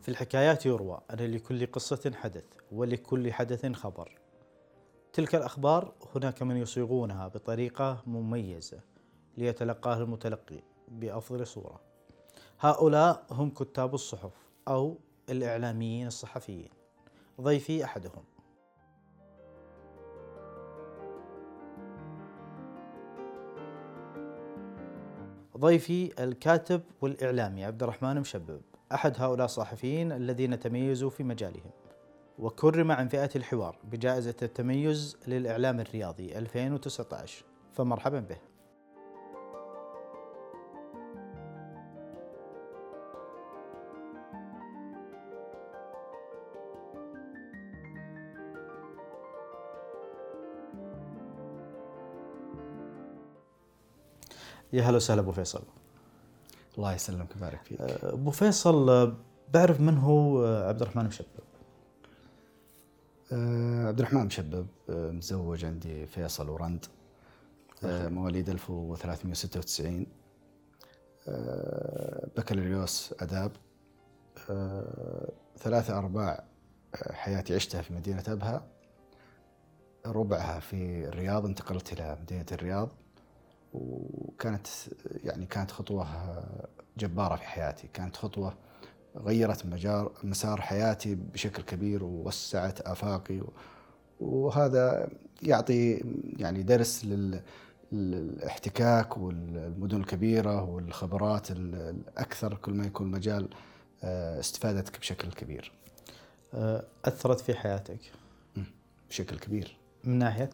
في الحكايات يروى أن لكل قصة حدث ولكل حدث خبر. تلك الأخبار هناك من يصيغونها بطريقة مميزة ليتلقاها المتلقي بأفضل صورة. هؤلاء هم كتاب الصحف أو الإعلاميين الصحفيين. ضيفي أحدهم. ضيفي الكاتب والإعلامي عبد الرحمن مشبب، أحد هؤلاء الصحفيين الذين تميزوا في مجالهم، وكرم عن فئة الحوار بجائزة التميز للإعلام الرياضي 2019، فمرحبا به. يا هلا وسهلا أبو فيصل. الله يسلمك ويبارك فيك. أبو فيصل، بعرف من هو عبد الرحمن مشبب؟ عبد الرحمن مشبب، متزوج، عندي فيصل ورند، مواليد 1396، بكالوريوس آداب. 3/4 حياتي عشتها في مدينة أبها، ربعها في الرياض. انتقلت إلى مدينة الرياض، وكانت كانت خطوة جبارة في حياتي. كانت خطوة غيرت مسار حياتي بشكل كبير ووسعت آفاقي، وهذا يعطي درس للاحتكاك والمدن الكبيرة والخبرات الأكثر. كل ما يكون مجال استفادتك بشكل كبير. أثرت في حياتك بشكل كبير من ناحية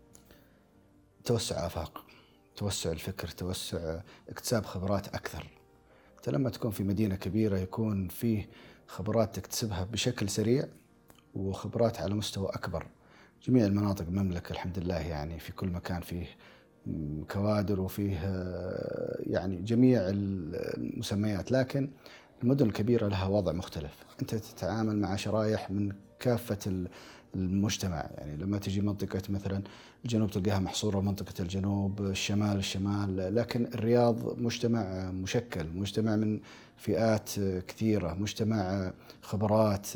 توسع آفاق، توسع الفكر، توسع اكتساب خبرات أكثر. أنت لما تكون في مدينة كبيرة يكون فيه خبرات تكتسبها بشكل سريع وخبرات على مستوى أكبر. جميع المناطق المملكة الحمد لله في كل مكان فيه كوادر وفيه جميع المسميات، لكن المدن الكبيرة لها وضع مختلف. أنت تتعامل مع شرائح من كافة المجتمع. لما تجي منطقة مثلا الجنوب تلقاها محصورة منطقة الجنوب، الشمال، لكن الرياض مجتمع مشكل، مجتمع من فئات كثيرة، مجتمع خبرات.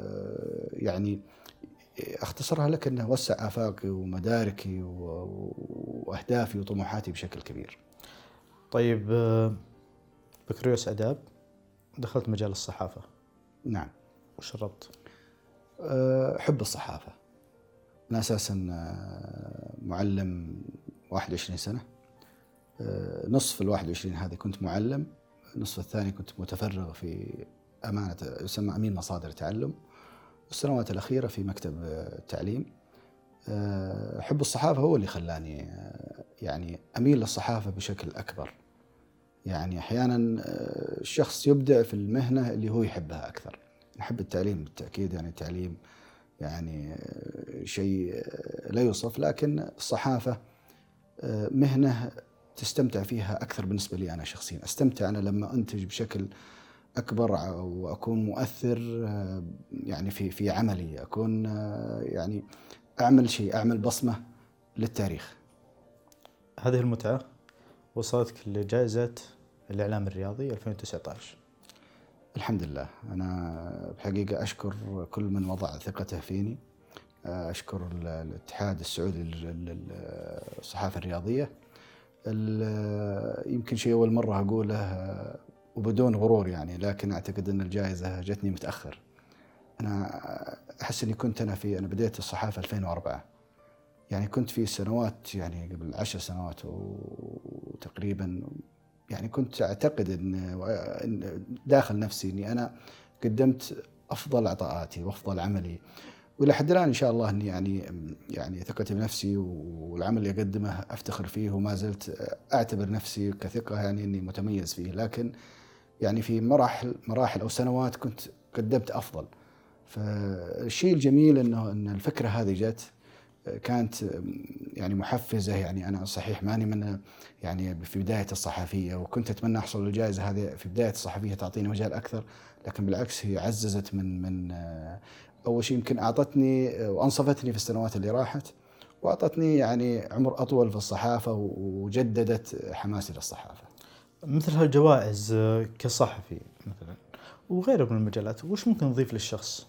أختصرها لك أنه وسع آفاقي ومداركي وأهدافي وطموحاتي بشكل كبير. طيب، بكالوريوس آداب، دخلت مجال الصحافة. نعم. وش الربط؟ حب الصحافة. أنا أساساً معلم 21 سنة. نصف 21 هذه كنت معلم، النصف الثاني كنت متفرغ في أمانة يسمى أمين مصادر تعلم، والسنوات الأخيرة في مكتب التعليم. حب الصحافة هو اللي خلاني أميل للصحافة بشكل أكبر. أحياناً الشخص يبدع في المهنة اللي هو يحبها أكثر. أحب التعليم بالتأكيد، التعليم شيء لا يوصف، لكن الصحافة مهنة تستمتع فيها أكثر. بالنسبة لي أنا شخصيا أستمتع أنا لما أنتج بشكل أكبر وأكون مؤثر في عملي، أكون أعمل شيء، أعمل بصمة للتاريخ. هذه المتعة وصلتك لجائزة الإعلام الرياضي 2019. الحمد لله. أنا بحقيقة أشكر كل من وضع ثقته فيني. أشكر الاتحاد السعودي للصحافة الرياضية. يمكن شيء أول مرة أقوله وبدون غرور، لكن أعتقد أن الجائزة جتني متأخر. أنا أحس أني كنت أنا بديت الصحافة 2004، كنت في سنوات قبل 10 سنوات وتقريبا كنت أعتقد أن داخل نفسي أني أنا قدمت أفضل عطاءاتي وأفضل عملي، وإلى حد الآن إن شاء الله أني ثقتي بنفسي والعمل اللي أقدمه أفتخر فيه، وما زلت أعتبر نفسي كثقة أني متميز فيه. لكن في مراحل أو سنوات كنت قدمت أفضل. فالشيء الجميل أن الفكرة هذه جت كانت محفزة. أنا صحيح ماني من في بداية الصحفية، وكنت أتمنى أحصل الجائزة هذه في بداية الصحفية تعطيني مجال أكثر، لكن بالعكس هي عززت من أول شيء يمكن أعطتني وأنصفتني في السنوات اللي راحت، وأعطتني عمر أطول في الصحافة وجددت حماسي للصحافة. مثل هالجوائز كصحفي مثلا وغيره من المجالات، وش ممكن نضيف للشخص؟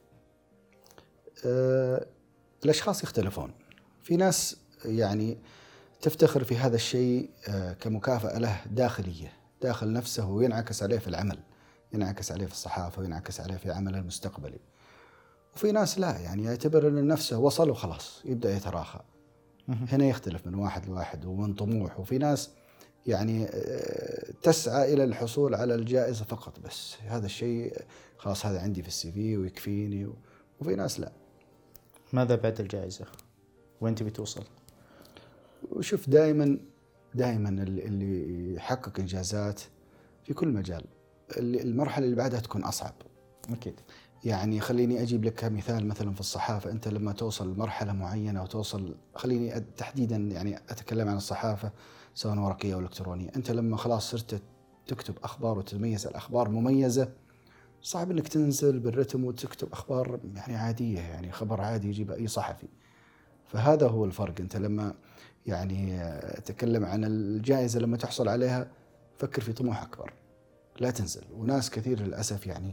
الأشخاص يختلفون. في ناس يعني تفتخر في هذا الشيء كمكافأة له داخلية داخل نفسه، وينعكس عليه في العمل، ينعكس عليه في الصحافة، وينعكس عليه في عمله المستقبلي. وفي ناس لا، يعني يعتبر أن نفسه وصل وخلاص يبدأ يتراخى. هنا يختلف من واحد لواحد ومن طموح. وفي ناس يعني تسعى إلى الحصول على الجائزة فقط، بس هذا الشيء خلاص هذا عندي في السي في ويكفيني. وفي ناس لا. ماذا بعد الجائزة؟ وين تبي توصل؟ وشوف، دائما اللي يحقق إنجازات في كل مجال، المرحلة اللي بعدها تكون أصعب. أكيد. يعني خليني أجيب لك مثال، مثلا في الصحافة، أنت لما توصل لمرحلة معينة وتوصل، خليني تحديدا يعني أتكلم عن الصحافة سواء ورقية أو إلكترونية. أنت لما خلاص صرت تكتب أخبار وتتميز الأخبار مميزة، صعب أنك تنزل بالرتم وتكتب أخبار يعني عادية، يعني خبر عادي يجيب أي صحفي. فهذا هو الفرق. أنت لما يعني أتكلم عن الجائزة لما تحصل عليها، فكر في طموح أكبر، لا تنزل. وناس كثير للأسف يعني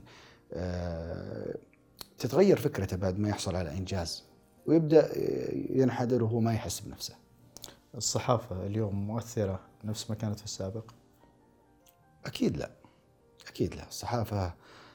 تتغير فكرته بعد ما يحصل على إنجاز، ويبدأ ينحدر وهو ما يحس بنفسه. الصحافة اليوم مؤثرة نفس ما كانت في السابق؟ أكيد لا، أكيد لا. الصحافة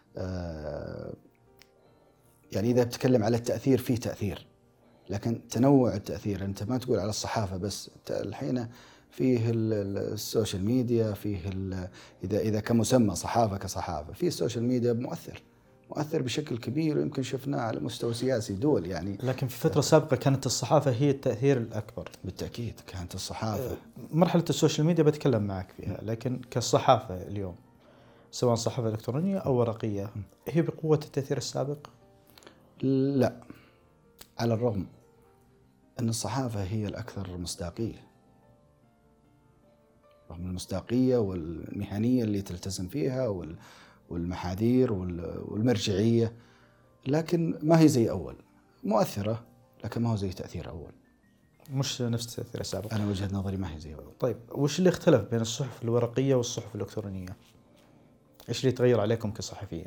يعني إذا بتكلم على التأثير، فيه تأثير، لكن تنوع التأثير. أنت ما تقول على الصحافة بس، الحين فيه السوشيال ميديا، فيه إذا كمسمى صحافة كصحافة، فيه السوشيال ميديا مؤثر بشكل كبير، ويمكن شفناه على مستوى سياسي دول يعني. لكن في فترة سابقة كانت الصحافة هي التأثير الأكبر. بالتأكيد كانت الصحافة. مرحلة السوشيال ميديا بتكلم معك فيها، لكن كالصحافة اليوم سواء صحافة إلكترونية أو ورقية، هي بقوة التأثير السابق؟ لا، على الرغم أن الصحافة هي الأكثر مصداقية، رغم المصداقية والمهنية اللي تلتزم فيها والمحاذير والمرجعية، لكن ما هي زي أول. مؤثرة لكن ما هو زي تأثير أول. مش نفس التأثير السابق. أنا وجهة نظري ما هي زي أول. طيب وش اللي اختلف بين الصحف الورقية والصحف الإلكترونية؟ إيش اللي تغير عليكم كصحفيين؟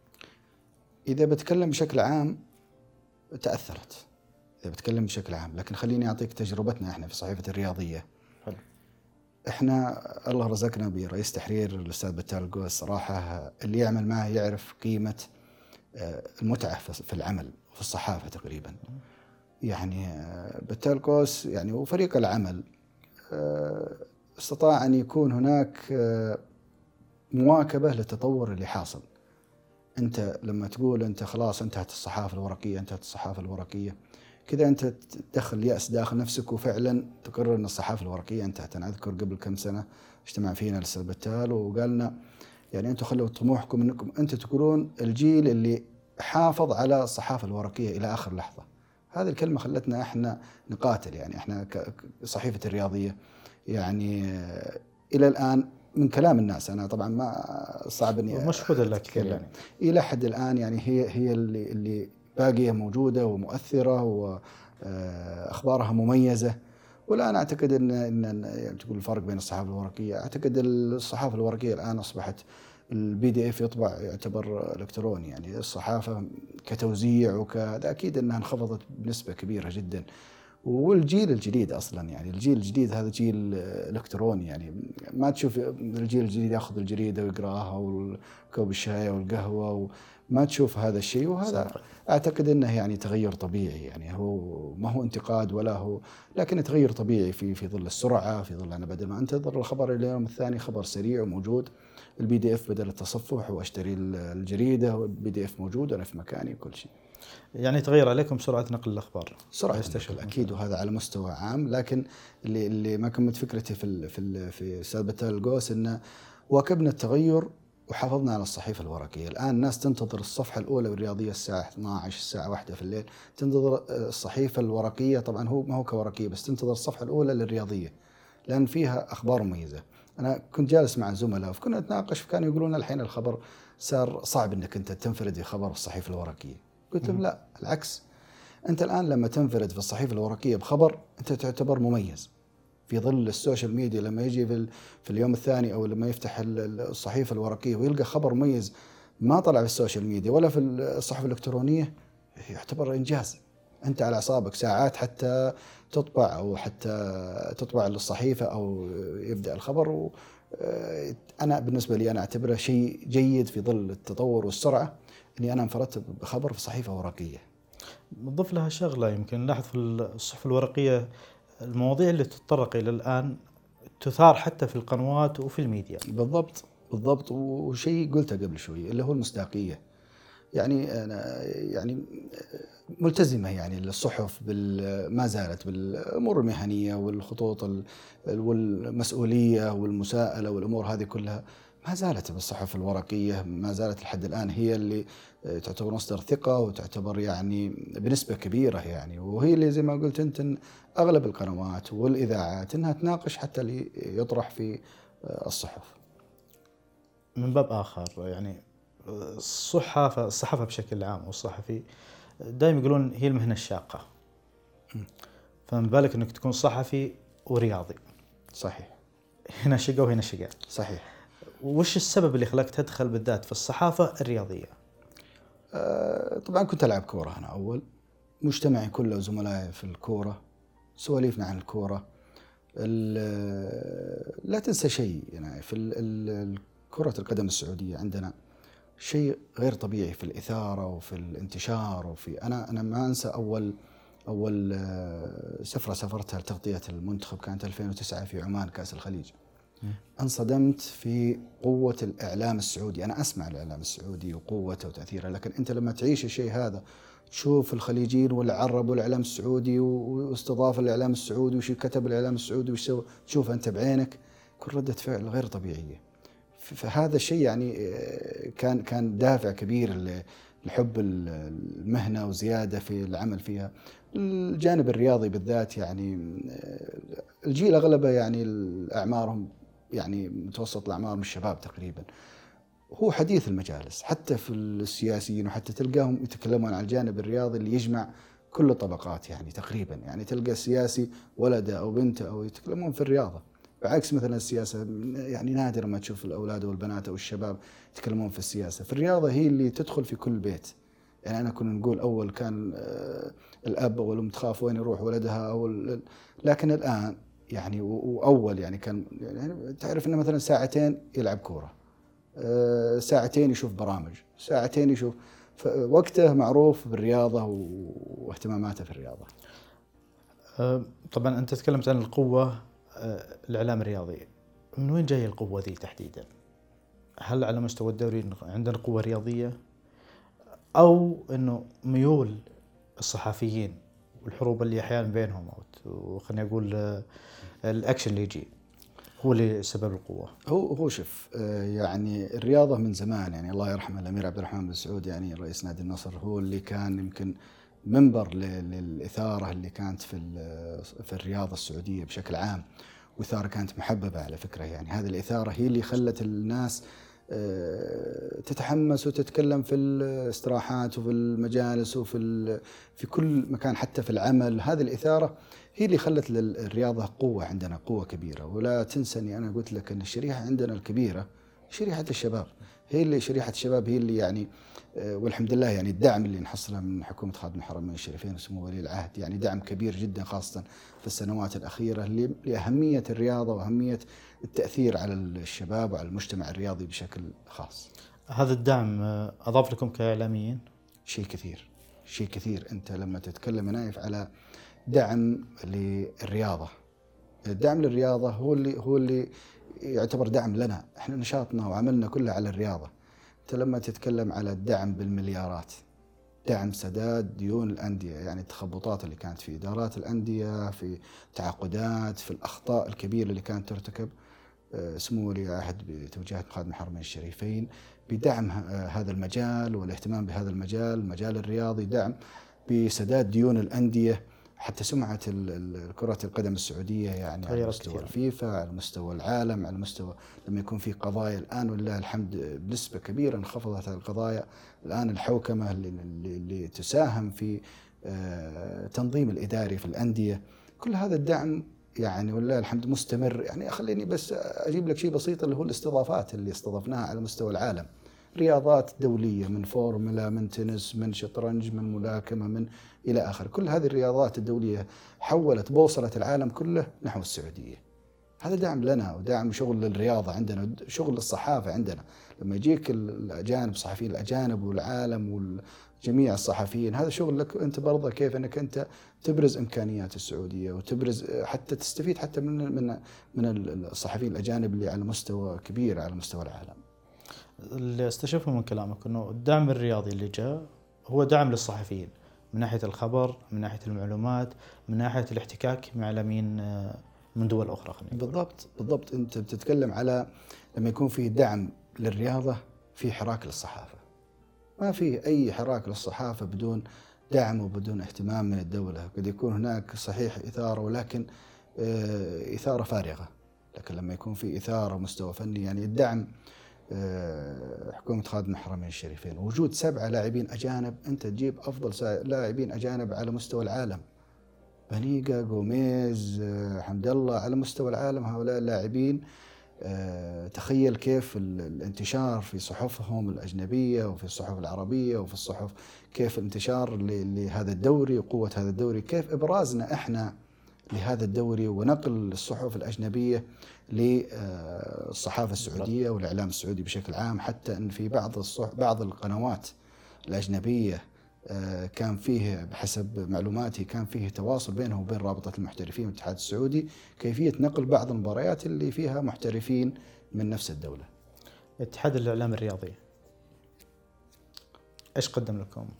إذا بتكلم بشكل عام تأثرت، إذا بتكلم بشكل عام، لكن خليني أعطيك تجربتنا إحنا في صحيفة الرياضية. حلو. إحنا الله رزقنا برئيس تحرير الأستاذ بتال القوس. صراحة اللي يعمل معه يعرف قيمة المتعة في العمل وفي الصحافة تقريبا. يعني بتال القوس يعني وفريق العمل استطاع أن يكون هناك مواكبة للتطور اللي حاصل. أنت لما تقول أنت خلاص انتهت الصحافة الورقية، انتهت الصحافة الورقية، كذا أنت تدخل يأس داخل نفسك، وفعلا تقرر أن الصحافة الورقية انتهت. أنا أذكر قبل كم سنة اجتمع فينا الأستاذ بتال وقالنا يعني أنتم خلوا طموحكم أنكم أنتم تكونون الجيل اللي حافظ على الصحافة الورقية إلى آخر لحظة. هذه الكلمة خلتنا إحنا نقاتل. يعني إحنا كصحيفة الرياضية يعني إلى الآن من كلام الناس، أنا طبعا ما صعب إني مشهود لك كثير يعني. إلى حد الآن يعني هي اللي باقية موجودة ومؤثرة وأخبارها مميزة. والآن أعتقد إن يعني تقول الفرق بين الصحافة الورقية، أعتقد الصحافة الورقية الآن أصبحت الPDF يطبع يعتبر إلكتروني. يعني الصحافة كتوزيع وكذا أكيد أنها انخفضت بنسبة كبيرة جدا. والجيل الجديد أصلا يعني الجيل الجديد هذا جيل إلكتروني. يعني ما تشوف الجيل الجديد يأخذ الجريدة ويقرأها وكوب الشاي والقهوة، وما تشوف هذا الشيء. وهذا أعتقد أنه يعني تغير طبيعي. يعني هو ما هو انتقاد ولا هو، لكن تغير طبيعي في ظل السرعة، في ظل أنا بدل ما أنتظر الخبر اليوم الثاني خبر سريع وموجود. الPDF بدل التصفح وأشتري الجريدة، والPDF موجود أنا في مكاني وكل شيء. يعني تغير عليكم سرعة نقل الأخبار. سرعة النقل أكيد، وهذا على مستوى عام. لكن اللي ما كملت فكرتي في أستاذ بتال القوس إنه واكبنا التغير وحافظنا على الصحيفة الورقية. الآن الناس تنتظر الصفحة الأولى بالرياضية الساعة 12 الساعة 1 في الليل، تنتظر الصحيفة الورقية. طبعا هو ما هو كورقية، بس تنتظر الصفحة الأولى للرياضية لأن فيها أخبار مميزة. أنا كنت جالس مع زملاء فكنا نتناقش، فكانوا يقولون الحين الخبر صار صعب إنك أنت تنفرد بخبر الصحيفة الورقية. قلت لهم لا، العكس. أنت الآن لما تنفرد في الصحيفة الورقية بخبر أنت تعتبر مميز. في ظل السوشيال ميديا لما يجي في اليوم الثاني أو لما يفتح الصحيفة الورقية ويلقى خبر مميز ما طلع في السوشيال ميديا ولا في الصحف الإلكترونية يعتبر إنجاز. أنت على أعصابك ساعات حتى تطبع أو حتى تطبع الصحيفة أو يبدأ الخبر. أنا بالنسبة لي أنا أعتبره شيء جيد في ظل التطور والسرعة أني أنا انفردت بخبر في صحيفة ورقية. نضيف لها شغلة، يمكن نلاحظ في الصحف الورقية المواضيع اللي تتطرق إلى الآن تثار حتى في القنوات وفي الميديا. بالضبط بالضبط. وشيء قلته قبل شوي اللي هو المصداقية. يعني أنا يعني ملتزمة يعني الصحف ما زالت بالأمور المهنية والخطوط والمسؤولية والمساءلة والأمور هذه كلها ما زالت بالصحف الورقية، ما زالت لحد الآن هي اللي تعتبر مصدر ثقة وتعتبر يعني بنسبة كبيرة يعني، وهي اللي زي ما قلت أنت أغلب القنوات والإذاعات أنها تناقش حتى اللي يطرح في الصحف. من باب آخر يعني الصحافة بشكل عام والصحفي دائما يقولون هي المهنة الشاقة، فما بالك أنك تكون صحفي ورياضي. صحيح. هنا شقة وهنا شقة. صحيح. وش السبب اللي خلاك تدخل بالذات في الصحافة الرياضية؟ طبعا كنت ألعب كورة أنا أول، مجتمعي كله وزملائي في الكورة، سواليفنا عن الكورة. لا تنسى شيء يعني في كرة القدم السعودية عندنا شيء غير طبيعي في الإثارة وفي الانتشار. أنا ما أنسى أول سفرة سافرتها لتغطية المنتخب كانت 2009 في عمان كأس الخليج. انصدمت في قوة الإعلام السعودي. أنا أسمع الإعلام السعودي وقوته وتأثيره، لكن أنت لما تعيش الشيء هذا تشوف الخليجيين والعرب والإعلام السعودي واستضاف الإعلام السعودي وش كتب الإعلام السعودي وش سوى، تشوف أنت بعينك كل ردة فعل غير طبيعية. فهذا الشيء يعني كان دافع كبير لحب المهنة وزيادة في العمل فيها. الجانب الرياضي بالذات يعني الجيل أغلبه يعني أعمارهم يعني متوسط الأعمار من الشباب تقريبا، هو حديث المجالس حتى في السياسيين، وحتى تلقاهم يتكلمون عن الجانب الرياضي اللي يجمع كل الطبقات يعني تقريبا. يعني تلقى السياسي ولده أو بنته أو يتكلمون في الرياضة، بعكس مثلا السياسة يعني نادر ما تشوف الأولاد والبنات أو الشباب يتكلمون في السياسة. في الرياضة هي اللي تدخل في كل بيت. يعني أنا كنا نقول أول كان الأب أو الأم تخاف وين يروح ولدها لكن الآن يعني وأول يعني كان يعني تعرف إنه مثلا ساعتين يلعب كورة، ساعتين يشوف برامج، ساعتين يشوف، وقته معروف بالرياضة واهتماماته في الرياضة. طبعا أنت تكلمت عن القوة، الإعلام الرياضي، من وين جاي القوة ذي تحديدا؟ هل على مستوى الدوري عندنا قوة رياضية، أو أنه ميول الصحفيين والحروب اللي أحيانا بينهم وخلني أقول الأكشن اللي يجي هو اللي سبب القوة؟ هو شوف يعني الرياضة من زمان يعني الله يرحمه الأمير عبد الرحمن بن سعود يعني رئيس نادي النصر هو اللي كان يمكن منبر للإثارة اللي كانت في الرياضة السعودية بشكل عام، وإثارة كانت محببة على فكرة. يعني هذه الإثارة هي اللي خلت الناس تتحمس وتتكلم في الاستراحات وفي المجالس في كل مكان حتى في العمل. هذه الإثارة هي اللي خلت للرياضة قوة، عندنا قوة كبيرة. ولا تنسى أني أنا قلت لك أن الشريحة عندنا الكبيرة شريحة الشباب، شريحة الشباب هي اللي يعني والحمد لله يعني الدعم اللي نحصله من حكومة خادم الحرمين الشريفين وسمو ولي العهد يعني دعم كبير جدا، خاصة في السنوات الأخيرة لأهمية الرياضة وأهمية التأثير على الشباب وعلى المجتمع الرياضي بشكل خاص. هذا الدعم أضاف لكم كإعلاميين؟ شيء كثير. أنت لما تتكلم نايف على دعم للرياضة، الدعم للرياضة هو اللي يعتبر دعم لنا. احنا نشاطنا وعملنا كله على الرياضة. انت لما تتكلم على الدعم بالمليارات، دعم سداد ديون الأندية، يعني التخبطات اللي كانت في إدارات الأندية، في تعاقدات، في الأخطاء الكبيرة اللي كانت ترتكب، سمو ولي العهد بتوجيهات خادم الحرمين الشريفين بدعم هذا المجال والاهتمام بهذا المجال الرياضي، دعم بسداد ديون الأندية، حتى سمعة كرة القدم السعودية يعني على مستوى الفيفا، على مستوى العالم، على مستوى لما يكون في قضايا الآن ولله الحمد بنسبة كبيرة انخفضت هذه القضايا. الآن الحوكمة اللي تساهم في تنظيم الإداري في الأندية، كل هذا الدعم يعني ولله الحمد مستمر. يعني خليني بس أجيب لك شيء بسيط اللي هو الاستضافات اللي استضفناها على مستوى العالم. رياضات دولية، من فورمولا، من تنس، من شطرنج، من ملاكمة، من إلى آخره. كل هذه الرياضات الدولية حولت بوصلة العالم كله نحو السعودية. هذا دعم لنا ودعم شغل الرياضة عندنا، شغل الصحافة عندنا. لما يجيك الأجانب، الصحفيين الأجانب والعالم وجميع الصحفيين، هذا شغل لك أنت برضه، كيف أنك أنت تبرز إمكانيات السعودية وتبرز حتى تستفيد حتى من الصحفيين الأجانب اللي على مستوى كبير على مستوى العالم. اللي استشفه من كلامك أنه الدعم الرياضي اللي جاء هو دعم للصحفيين من ناحية الخبر، من ناحية المعلومات، من ناحية الاحتكاك مع إعلاميين من دول أخرى. بالضبط أنت بتتكلم على لما يكون في دعم للرياضة في حراك للصحافة. ما في أي حراك للصحافة بدون دعم وبدون اهتمام من الدولة. قد يكون هناك صحيح إثارة، ولكن إثارة فارغة. لكن لما يكون في إثارة مستوى فني، يعني الدعم، حكومة خادم الحرمين الشريفين، وجود 7 لاعبين أجانب، أنت تجيب أفضل لاعبين أجانب على مستوى العالم، بنيقة، غوميز، حمد الله، على مستوى العالم هؤلاء اللاعبين. تخيل كيف الانتشار في صحفهم الأجنبية وفي الصحف العربية وفي الصحف، كيف الانتشار لهذا الدوري وقوة هذا الدوري، كيف إبرازنا إحنا لهذا الدوري ونقل الصحف الأجنبية للصحافة السعودية والإعلام السعودي بشكل عام. حتى أن في بعض القنوات الأجنبية كان فيه، بحسب معلوماتي، كان فيه تواصل بينه وبين رابطة المحترفين والاتحاد السعودي كيفية نقل بعض المباريات اللي فيها محترفين من نفس الدولة. اتحاد الإعلام الرياضي إيش قدم لكم؟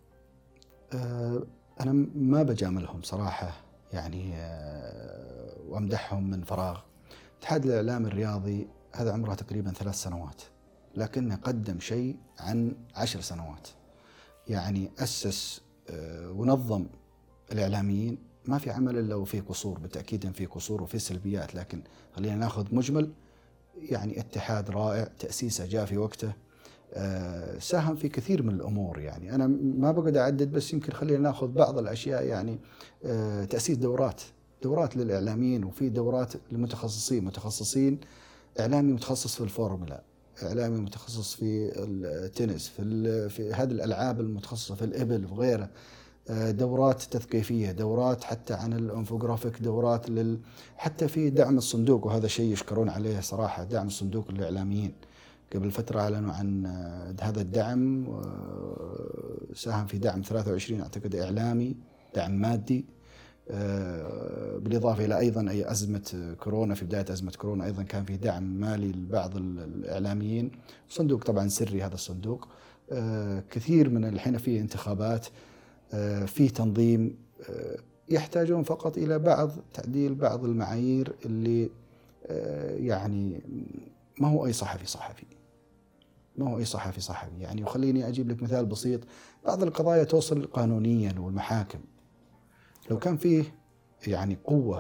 أنا ما بجاملهم صراحة يعني، وأمدحهم من فراغ. اتحاد الإعلام الرياضي هذا عمره تقريبا 3 سنوات، لكنه قدم شيء عن 10 سنوات. يعني أسس ونظم الإعلاميين. ما في عمل إلا وفيه قصور، بالتأكيد فيه قصور وفيه سلبيات، لكن خلينا ناخذ مجمل. يعني اتحاد رائع، تأسيسه جاء في وقته، ساهم في كثير من الأمور. يعني أنا ما بقدر أعدد، بس يمكن خلينا ناخذ بعض الأشياء. يعني تأسيس دورات للإعلاميين، وفي دورات للمتخصصين. إعلامي متخصص في الفورمولا، إعلامي متخصص في التنس، في هذه الألعاب المتخصصة في الإبل وغيره. دورات تثقيفية، دورات حتى عن الانفوغرافيك، دورات حتى في دعم الصندوق، وهذا شيء يشكرون عليه صراحة. دعم الصندوق للإعلاميين قبل فترة أعلنوا عن هذا الدعم، ساهم في دعم 23 أعتقد إعلامي، دعم مادي. بالإضافة إلى أيضا أي أزمة كورونا، في بداية أزمة كورونا أيضا كان في دعم مالي لبعض الإعلاميين. صندوق طبعا سري هذا الصندوق. كثير من الحين في انتخابات، في تنظيم، يحتاجون فقط إلى تعديل بعض المعايير اللي يعني ما هو أي صحفي يعني. وخليني أجيب لك مثال بسيط. بعض القضايا توصل قانونيا والمحاكم، لو كان فيه يعني قوة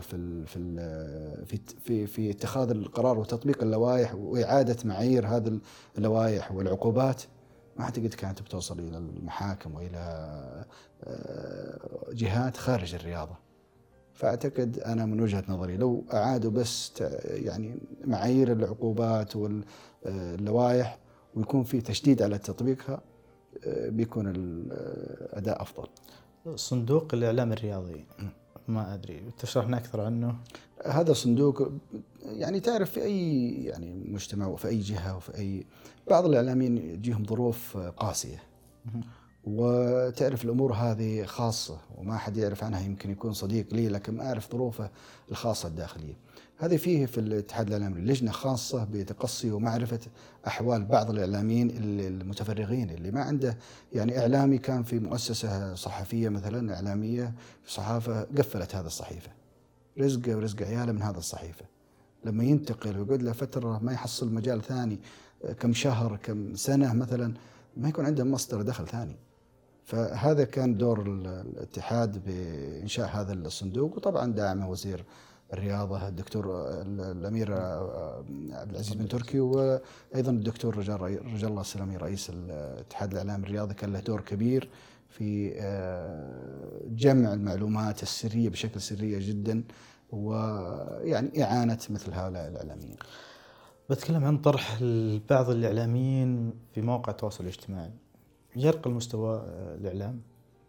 في اتخاذ القرار وتطبيق اللوائح وإعادة معايير هذه اللوائح والعقوبات، ما أعتقد كانت بتوصل إلى المحاكم وإلى جهات خارج الرياضة. فأعتقد أنا من وجهة نظري لو أعادوا بس يعني معايير العقوبات واللوائح ويكون في تشديد على تطبيقها، بيكون الأداء أفضل. صندوق الإعلام الرياضي، ما أدري تشرحنا أكثر عنه. هذا صندوق يعني تعرف في أي يعني مجتمع وفي أي جهة وفي أي بعض الإعلاميين يجيهم ظروف قاسية، وتعرف الأمور هذه خاصة وما حد يعرف عنها. يمكن يكون صديق لي لكن ما أعرف ظروفه الخاصة الداخلية. هذه فيه في الاتحاد الإعلامي لجنة خاصة بتقصي ومعرفة أحوال بعض الإعلاميين المتفرغين اللي ما عنده. يعني إعلامي كان في مؤسسة صحفية مثلا إعلامية في صحافة، قفلت هذا الصحيفة، رزقه ورزق عياله من هذا الصحيفة. لما ينتقل ويقعد له فترة ما يحصل مجال ثاني، كم شهر كم سنة مثلا، ما يكون عنده مصدر دخل ثاني. فهذا كان دور الاتحاد بإنشاء هذا الصندوق، وطبعا دعمه وزير الرياضة الدكتور الأمير عبد العزيز بن تركي، وأيضا الدكتور رجال الله السلامي رئيس الاتحاد الإعلامي الرياضي كان له دور كبير في جمع المعلومات السرية بشكل سرية جدا، ويعني إعانة مثل هؤلاء الإعلاميين. بتكلم عن طرح بعض الإعلاميين في مواقع التواصل الاجتماعي، يرقى المستوى الإعلام؟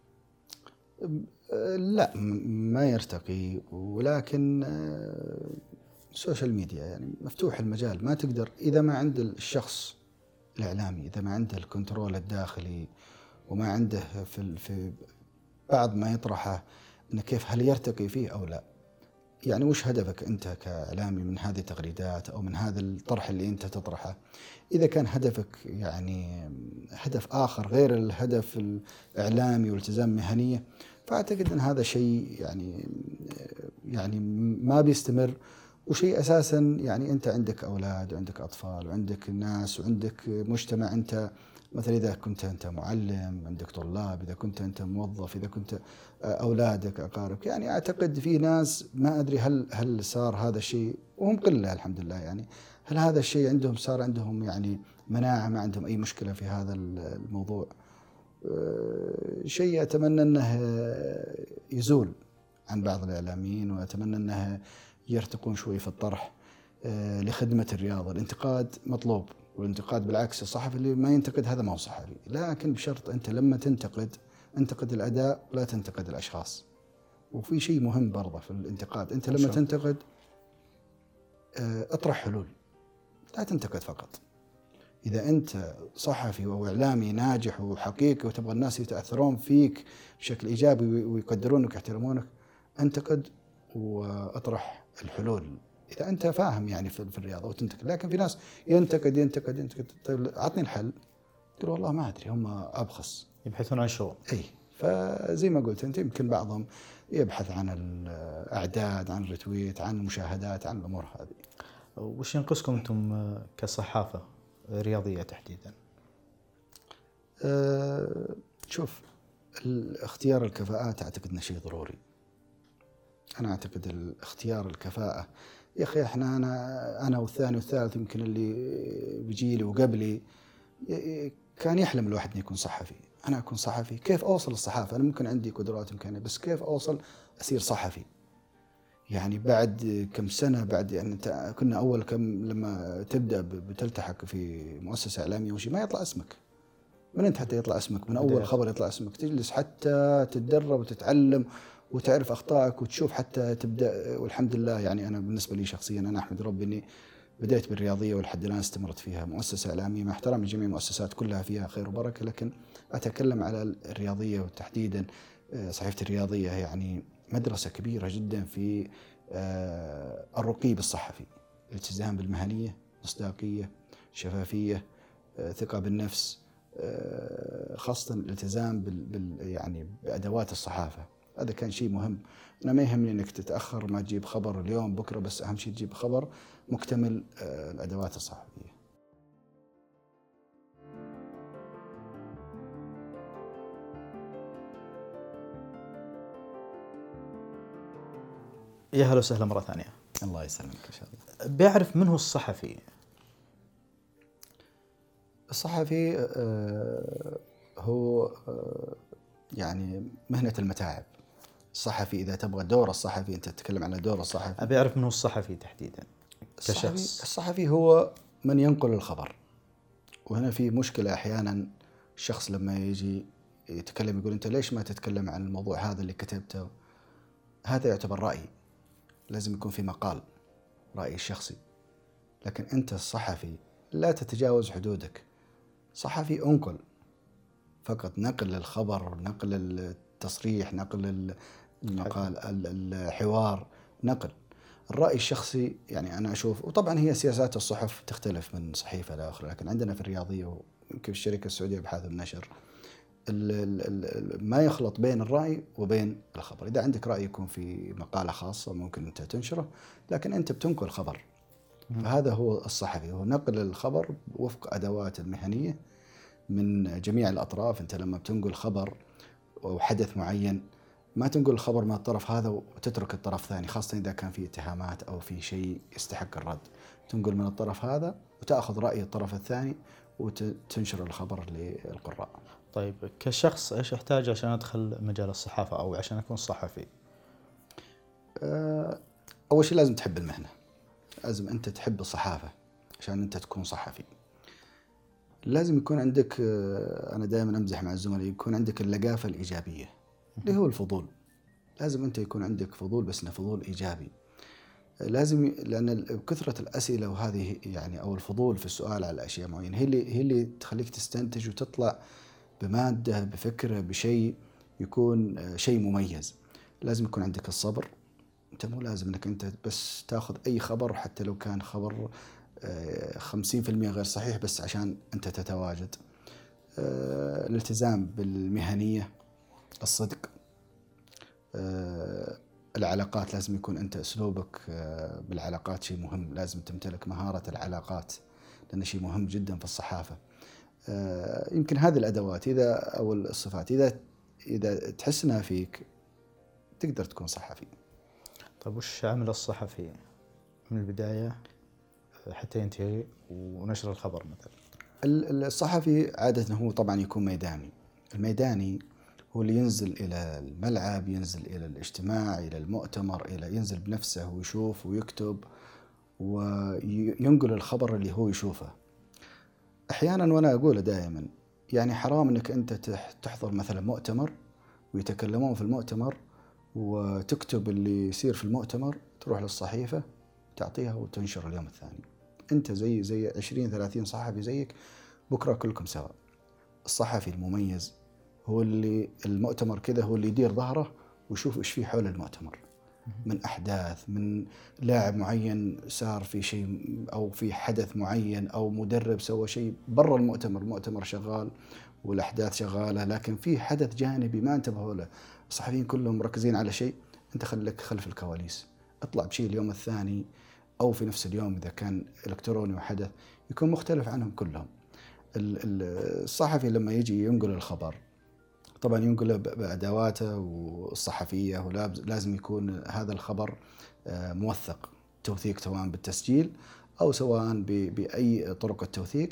لا، ما يرتقي، ولكن السوشيال ميديا يعني مفتوح المجال، ما تقدر إذا ما عند الشخص الإعلامي، إذا ما عنده الكنترول الداخلي وما عنده في بعض ما يطرحه، إنه كيف هل يرتقي فيه أو لا. يعني وش هدفك أنت كإعلامي من هذه التغريدات أو من هذا الطرح اللي أنت تطرحه؟ إذا كان هدفك يعني هدف آخر غير الهدف الإعلامي والتزام مهنية، فأعتقد أن هذا شيء يعني ما بيستمر. وشيء أساسا يعني أنت عندك أولاد وعندك أطفال وعندك ناس وعندك مجتمع. أنت مثلا إذا كنت أنت معلم، عندك طلاب، إذا كنت أنت موظف، إذا كنت أولادك أقاربك، يعني أعتقد في ناس ما أدري هل صار هذا الشيء، وهم قلة الحمد لله، يعني هل هذا الشيء عندهم صار عندهم يعني مناعة، ما عندهم أي مشكلة في هذا الموضوع. شيء أتمنى أنه يزول عن بعض الإعلاميين، وأتمنى أنه يرتقون شوي في الطرح لخدمة الرياضة. الانتقاد مطلوب، والانتقاد بالعكس، الصحفي اللي ما ينتقد هذا ما هو صحفي، لكن بشرط أنت لما انتقد الأداء ولا تنتقد الأشخاص. وفي شيء مهم برضه في الانتقاد، أنت لما تنتقد اطرح حلول، لا تنتقد فقط. إذا أنت صحفي أو إعلامي ناجح وحقيقي وتبغى الناس يتأثرون فيك بشكل إيجابي ويقدرونك ويحترمونك، انتقد وأطرح الحلول. إذا أنت فاهم يعني في الرياضة وتنتقد، لكن في ناس ينتقد. طيب أعطني الحل، تقول والله ما أدري، هم أبخس، يبحثون عن شو. أي، فزي ما قلت أنت، يمكن بعضهم يبحث عن الأعداد، عن الريتويت، عن المشاهدات، عن الأمور هذه. وش ينقصكم أنتم كصحافة رياضية تحديدا؟ شوف، اختيار الكفاءات أعتقد أنه شيء ضروري. أنا أعتقد اختيار الكفاءة، يا أخي إحنا أنا والثاني والثالث يمكن اللي بيجي لي وقبلي كان يحلم الواحد أن يكون صحفي. أنا أكون صحفي، كيف أوصل للصحافة؟ أنا ممكن عندي قدرات إمكانية، بس كيف أوصل أصير صحفي؟ يعني بعد كم سنة، بعد يعني كنا أول لما تبدأ بتلتحق في مؤسسة إعلامية وشي ما يطلع اسمك. من أنت حتى يطلع اسمك؟ من أول خبر يطلع اسمك، تجلس حتى تتدرب وتتعلم وتعرف أخطائك وتشوف حتى تبدأ. والحمد لله يعني أنا بالنسبة لي شخصيا أنا أحمد ربي إني بديت بالرياضية ولحد الآن استمرت فيها. مؤسسة إعلامية، مع احترامي لجميع المؤسسات كلها فيها خير وبركة، لكن أتكلم على الرياضية وتحديدا صحيفة الرياضية، يعني مدرسة كبيرة جدا في الرقي بالصحفي، الالتزام بالمهنية، مصداقية، شفافية، ثقة بالنفس، خاصة الالتزام يعني بأدوات الصحافة. هذا كان شيء مهم. أنا ما يهمني أنك تتأخر، ما تجيب خبر اليوم بكرة، بس أهم شيء تجيب خبر مكتمل الأدوات الصحفية. يا هلا وسهلا مرة ثانية. الله يسلمك إن شاء الله. بيعرف من هو الصحفي؟ الصحفي هو يعني مهنة المتاعب. الصحفي إذا تبغى دور الصحفي، أنت تتكلم عن دور الصحفي. أبي أعرف من هو الصحفي تحديدا كشخص. الصحفي هو من ينقل الخبر. وهنا في مشكلة أحيانا، الشخص لما يجي يتكلم يقول أنت ليش ما تتكلم عن الموضوع هذا اللي كتبته؟ هذا يعتبر رأي، لازم يكون في مقال، رأيي الشخصي. لكن أنت الصحفي لا تتجاوز حدودك. صحفي أنقل فقط، نقل الخبر، نقل التصريح، نقل المقال، الحوار، نقل. الرأي الشخصي يعني أنا أشوف، وطبعا هي سياسات الصحف تختلف من صحيفة لأخرى، لكن عندنا في الرياضية ويمكن في الشركة السعودية لأبحاث النشر ما يخلط بين الرأي وبين الخبر. إذا عندك رأي يكون في مقالة خاصة ممكن أنت تنشره، لكن أنت بتنقل خبر. فهذا هو الصحفي، هو نقل الخبر وفق أدوات المهنية من جميع الأطراف. أنت لما بتنقل خبر أو حدث معين، ما تنقل الخبر من الطرف هذا وتترك الطرف الثاني، خاصة إذا كان في اتهامات أو في شيء يستحق الرد. تنقل من الطرف هذا وتأخذ رأي الطرف الثاني وتنشر الخبر للقراء. طيب كشخص إيش أحتاج عشان أدخل مجال الصحافة أو عشان أكون صحفي؟ أول شيء لازم تحب المهنة، لازم أنت تحب الصحافة. عشان أنت تكون صحفي. لازم يكون عندك، أنا دائما أمزح مع الزملاء، يكون عندك اللقافة الإيجابية اللي هو الفضول. لازم أنت يكون عندك فضول، بس إنه فضول إيجابي. لازم لأن بكثرة الأسئلة وهذه يعني أو الفضول في السؤال على أشياء معينة هي اللي تخليك تستنتج وتطلع بمادة، بفكرة، بشيء يكون شيء مميز. لازم يكون عندك الصبر. أنت مو لازم أنك أنت بس تأخذ أي خبر حتى لو كان خبر 50% غير صحيح بس عشان أنت تتواجد. الالتزام بالمهنية، الصدق، العلاقات. لازم يكون أنت أسلوبك بالعلاقات شيء مهم. لازم تمتلك مهارة العلاقات لأنه شيء مهم جدا في الصحافة. يمكن هذه الأدوات أو الصفات إذا تحس أنها فيك تقدر تكون صحفي. طيب وش عمل الصحفي من البداية حتى ينتهي ونشر الخبر مثلا؟ الصحفي عادة هو طبعا يكون ميداني. الميداني هو اللي ينزل إلى الملعب، ينزل إلى الاجتماع، إلى المؤتمر، ينزل بنفسه ويشوف ويكتب وينقل الخبر اللي هو يشوفه. أحيانا وأنا أقوله دائما، يعني حرام أنك أنت تحضر مثلا مؤتمر ويتكلمون في المؤتمر وتكتب اللي يصير في المؤتمر، تروح للصحيفة تعطيها وتنشر اليوم الثاني. أنت زي 20-30 صحفي زيك بكرة كلكم سوا. الصحفي المميز هو اللي المؤتمر كذا هو اللي يدير ظهره ويشوف إيش فيه حول المؤتمر من أحداث، من لاعب معين صار في شيء أو في حدث معين أو مدرب سوى شيء برا المؤتمر. المؤتمر شغال والأحداث شغالة لكن في حدث جانبي ما انتبهوا له. الصحفيين كلهم مركزين على شيء، أنت خليك خلف الكواليس، اطلع بشيء اليوم الثاني أو في نفس اليوم إذا كان إلكتروني وحدث يكون مختلف عنهم كلهم. الصحفي لما يجي ينقل الخبر طبعا ينقله بأدواته والصحفية، ولازم يكون هذا الخبر موثق، توثيق سواء بالتسجيل أو سواء بأي طرق التوثيق.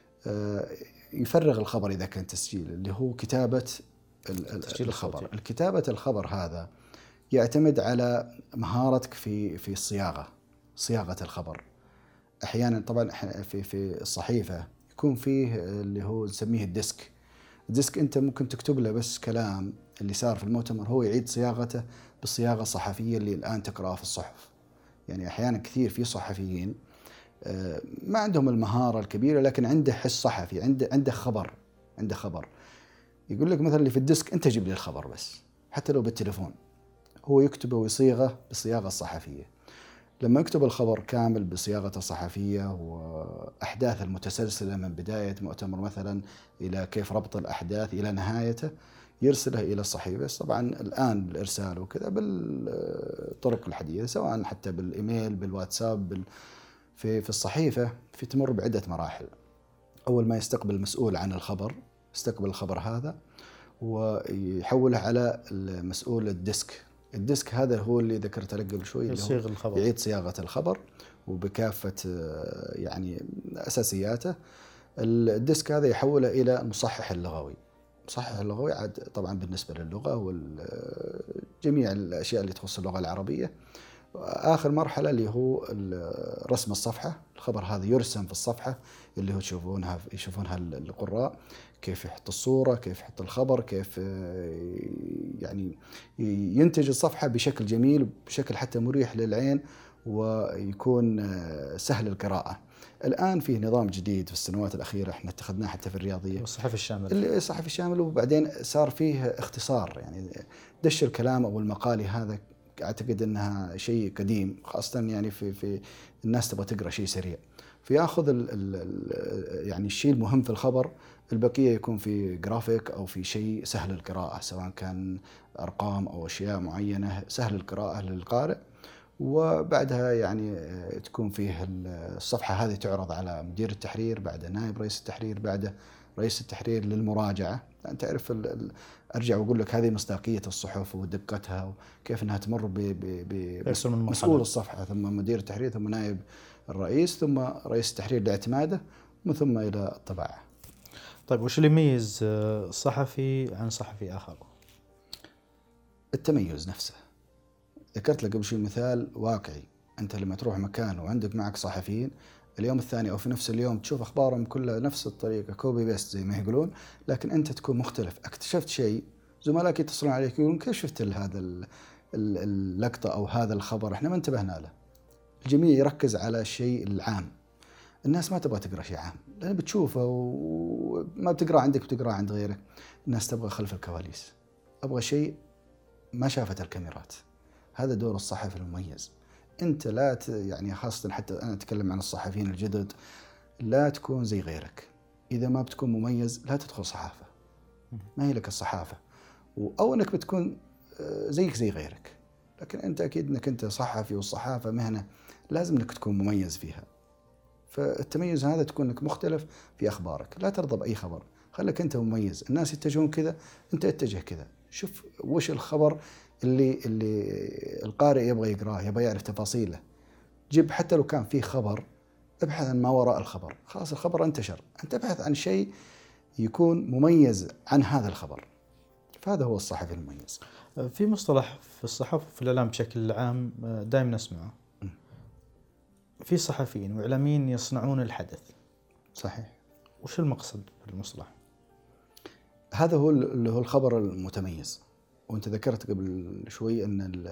يفرغ الخبر إذا كان تسجيل اللي هو كتابة الخبر. الكتابة الخبر هذا يعتمد على مهارتك في صياغة الخبر. أحيانا طبعا في الصحيفة يكون فيه اللي هو نسميه الديسك. أنت ممكن تكتب له بس كلام اللي صار في المؤتمر، هو يعيد صياغته بالصياغة الصحفية اللي الآن تقرأها في الصحف. يعني أحيانا كثير في صحفيين ما عندهم المهارة الكبيرة لكن عنده حس صحفي، عنده خبر يقول لك مثلا اللي في الديسك أنت جيب لي الخبر بس حتى لو بالتليفون، هو يكتبه ويصيغه بالصياغة الصحفية. لما يكتب الخبر كامل بصياغته الصحفية وأحداث المتسلسلة من بداية مؤتمر مثلا إلى كيف ربط الأحداث إلى نهايته يرسله إلى الصحيفة. طبعا الآن الإرسال وكذا بالطرق الحديثة سواء حتى بالإيميل بالواتساب في الصحيفة تمر بعدة مراحل. أول ما يستقبل المسؤول عن الخبر، يستقبل الخبر هذا ويحوله على المسؤول الديسك هذا هو اللي ذكرت لك قبل شوي، اللي هو يعيد صياغة الخبر وبكافة يعني أساسياته. الديسك هذا يحوله إلى المصحح اللغوي. المصحح اللغوي عاد طبعا بالنسبة للغة وجميع الأشياء اللي تخص اللغة العربية. آخر مرحلة اللي هو رسم الصفحة. الخبر هذا يرسم في الصفحة اللي هو يشوفونها القراء، كيف يحط الصورة، كيف يحط الخبر، كيف يعني ينتج الصفحة بشكل جميل، بشكل حتى مريح للعين ويكون سهل القراءة. الآن فيه نظام جديد في السنوات الأخيرة احنا اتخذناه حتى في الرياضية، الصحف الشامل، وبعدين صار فيه اختصار. يعني دش الكلام أو المقالي هذا أعتقد أنها شيء قديم، خاصة يعني في الناس تبغى تقرأ شيء سريع، فيأخذ يعني الشيء المهم في الخبر، البقية يكون في جرافيك أو في شيء سهل القراءة، سواء كان أرقام أو أشياء معينة سهل القراءة للقارئ. وبعدها يعني تكون فيه الصفحة هذه تعرض على مدير التحرير، بعد نائب رئيس التحرير، بعد رئيس التحرير للمراجعة. يعني تعرف أرجع وأقول لك هذه مصداقية الصحف ودقتها وكيف أنها تمر بمسؤول الصفحة ثم مدير التحرير ثم نائب الرئيس ثم رئيس التحرير لاعتماده ومن ثم إلى الطباعة. طيب وش اللي يميز صحفي عن صحفي آخر؟ التميز نفسه. ذكرت لك قبل شوي مثال واقعي، أنت لما تروح مكان وعندك معك صحفيين اليوم الثاني أو في نفس اليوم تشوف أخبارهم كلها نفس الطريقة، كوبي بيست زي ما يقولون، لكن أنت تكون مختلف، اكتشفت شيء، زملائك يتصلون عليك يقولون كيف شفت هذا اللقطة أو هذا الخبر، إحنا ما انتبهنا له. الجميع يركز على الشيء العام. الناس ما تبغى تقرأ شيء عام، لأن بتشوفه وما بتقرأ عندك بتقرأ عند غيرك. الناس تبغى خلف الكواليس، أبغى شيء ما شافت الكاميرات. هذا دور الصحفي المميز. أنت لا يعني خاصة حتى أنا أتكلم عن الصحفيين الجدد، لا تكون زي غيرك. إذا ما بتكون مميز لا تدخل صحافة، ما هي لك الصحافة. أو أنك بتكون زيك زي غيرك. لكن أنت أكيد أنك أنت صحفي، والصحافة مهنة لازم أنك تكون مميز فيها. فالتميز هذا تكون أنك مختلف في أخبارك، لا ترضى بأي خبر، خليك أنت مميز. الناس يتجهون كذا، أنت اتجه كذا. شوف وش الخبر اللي القارئ يبغى يقراه، يبغى يعرف تفاصيله. جيب حتى لو كان فيه خبر، ابحث عن ما وراء الخبر. خلاص الخبر انتشر، أنت ابحث عن شيء يكون مميز عن هذا الخبر. فهذا هو الصحفي المميز. في مصطلح في الصحافة وفي الإعلام بشكل عام دائما نسمعه، في صحفيين وإعلاميين يصنعون الحدث. صحيح. وش المقصد بالمصطلح؟ هذا هو اللي هو الخبر المتميز. وانت ذكرت قبل شوي ان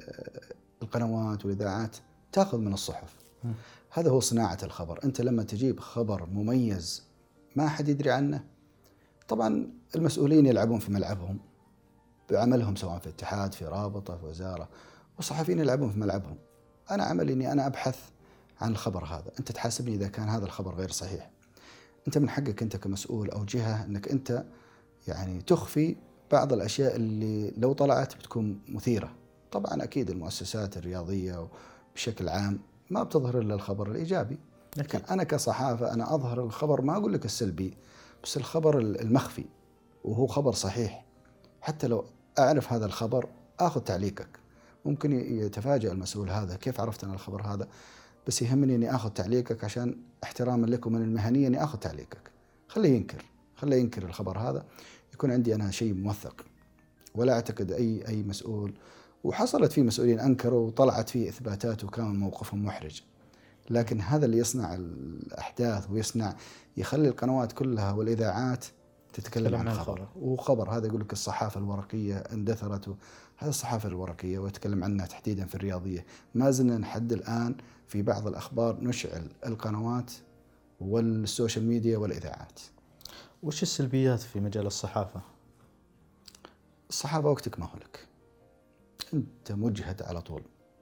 القنوات والاذاعات تاخذ من الصحف. هذا هو صناعة الخبر. انت لما تجيب خبر مميز ما حد يدري عنه، طبعا المسؤولين يلعبون في ملعبهم بعملهم، سواء في اتحاد، في رابطة، في وزارة، والصحفيين يلعبون في ملعبهم. انا عملي اني انا ابحث عن الخبر هذا. انت تحاسبني اذا كان هذا الخبر غير صحيح. انت من حقك انت كمسؤول او جهة انك انت يعني تخفي بعض الأشياء اللي لو طلعت بتكون مثيرة. طبعا أكيد المؤسسات الرياضية بشكل عام ما بتظهر إلا الخبر الإيجابي، لكن أنا كصحافة أنا أظهر الخبر، ما أقول لك السلبي، بس الخبر المخفي وهو خبر صحيح. حتى لو أعرف هذا الخبر أخذ تعليقك. ممكن يتفاجأ المسؤول، هذا كيف عرفت أنا الخبر هذا؟ بس يهمني أني أخذ تعليقك عشان احتراما لكم من المهنية، أني أخذ تعليقك. خليه ينكر الخبر هذا، يكون عندي أنا شيء موثق. ولا أعتقد أي مسؤول، وحصلت فيه مسؤولين أنكروا وطلعت فيه إثباتات وكان موقفهم محرج، لكن هذا اللي يصنع الأحداث يخلي القنوات كلها والإذاعات تتكلم عن خبر. وخبر هذا يقول لك الصحافة الورقية اندثرت، هذا الصحافة الورقية، وأتكلم عنها تحديدا في الرياضية. ما زلنا لحد الآن في بعض الأخبار نشعل القنوات والسوشيال ميديا والإذاعات. وش السلبيات في مجال الصحافة؟ الصحافة وقتك ما هو لك، أنت مجهد على طول.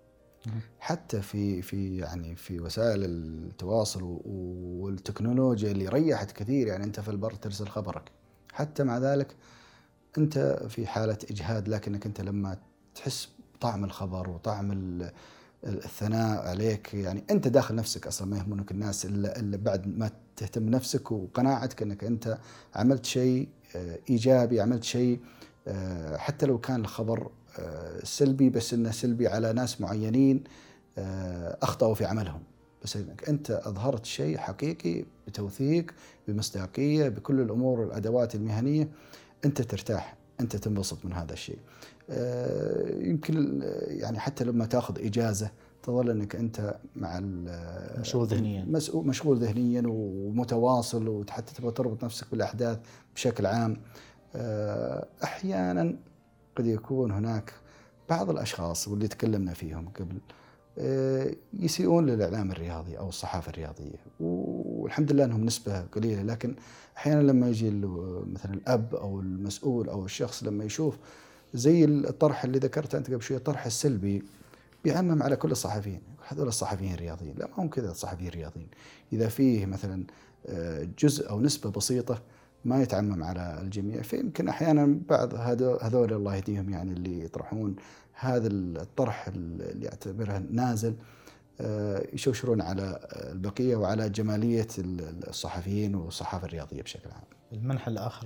حتى في وسائل التواصل والتكنولوجيا اللي ريحت كثير، يعني أنت في البر ترسل خبرك، حتى مع ذلك أنت في حالة إجهاد. لكنك أنت لما تحس بطعم الخبر وطعم الثناء عليك، يعني أنت داخل نفسك أصلا ما يهمونك الناس إلا بعد ما تهتم نفسك وقناعتك أنك أنت عملت شيء إيجابي، عملت شيء حتى لو كان الخبر سلبي، بس إنه سلبي على ناس معينين أخطأوا في عملهم، بس إنك أنت أظهرت شيء حقيقي بتوثيق، بمصداقية، بكل الأمور والأدوات المهنية، أنت ترتاح، أنت تنبسط من هذا الشيء. يمكن يعني حتى لما تأخذ إجازة تظل أنك أنت مع مشغول ذهنيا ومتواصل، وحتى تبغى تربط نفسك بالأحداث بشكل عام. أحيانا قد يكون هناك بعض الأشخاص واللي تكلمنا فيهم قبل يسيئون للإعلام الرياضي أو الصحافة الرياضية، والحمد لله أنهم نسبة قليلة. لكن أحيانا لما يجي مثلا الأب أو المسؤول أو الشخص لما يشوف زي الطرح اللي ذكرته أنت قبل شوية، الطرح السلبي، بيعمم على كل الصحفيين. هذول الصحفيين الرياضيين، لا، ما هم كذا الصحفيين الرياضيين. إذا فيه مثلا جزء أو نسبة بسيطة ما يتعمم على الجميع. فيمكن أحيانا بعض هذول الله يهديهم يعني اللي يطرحون هذا الطرح اللي يعتبره نازل، يشوشرون على البقية وعلى جمالية الصحفيين والصحافة الرياضية بشكل عام. المنحى الآخر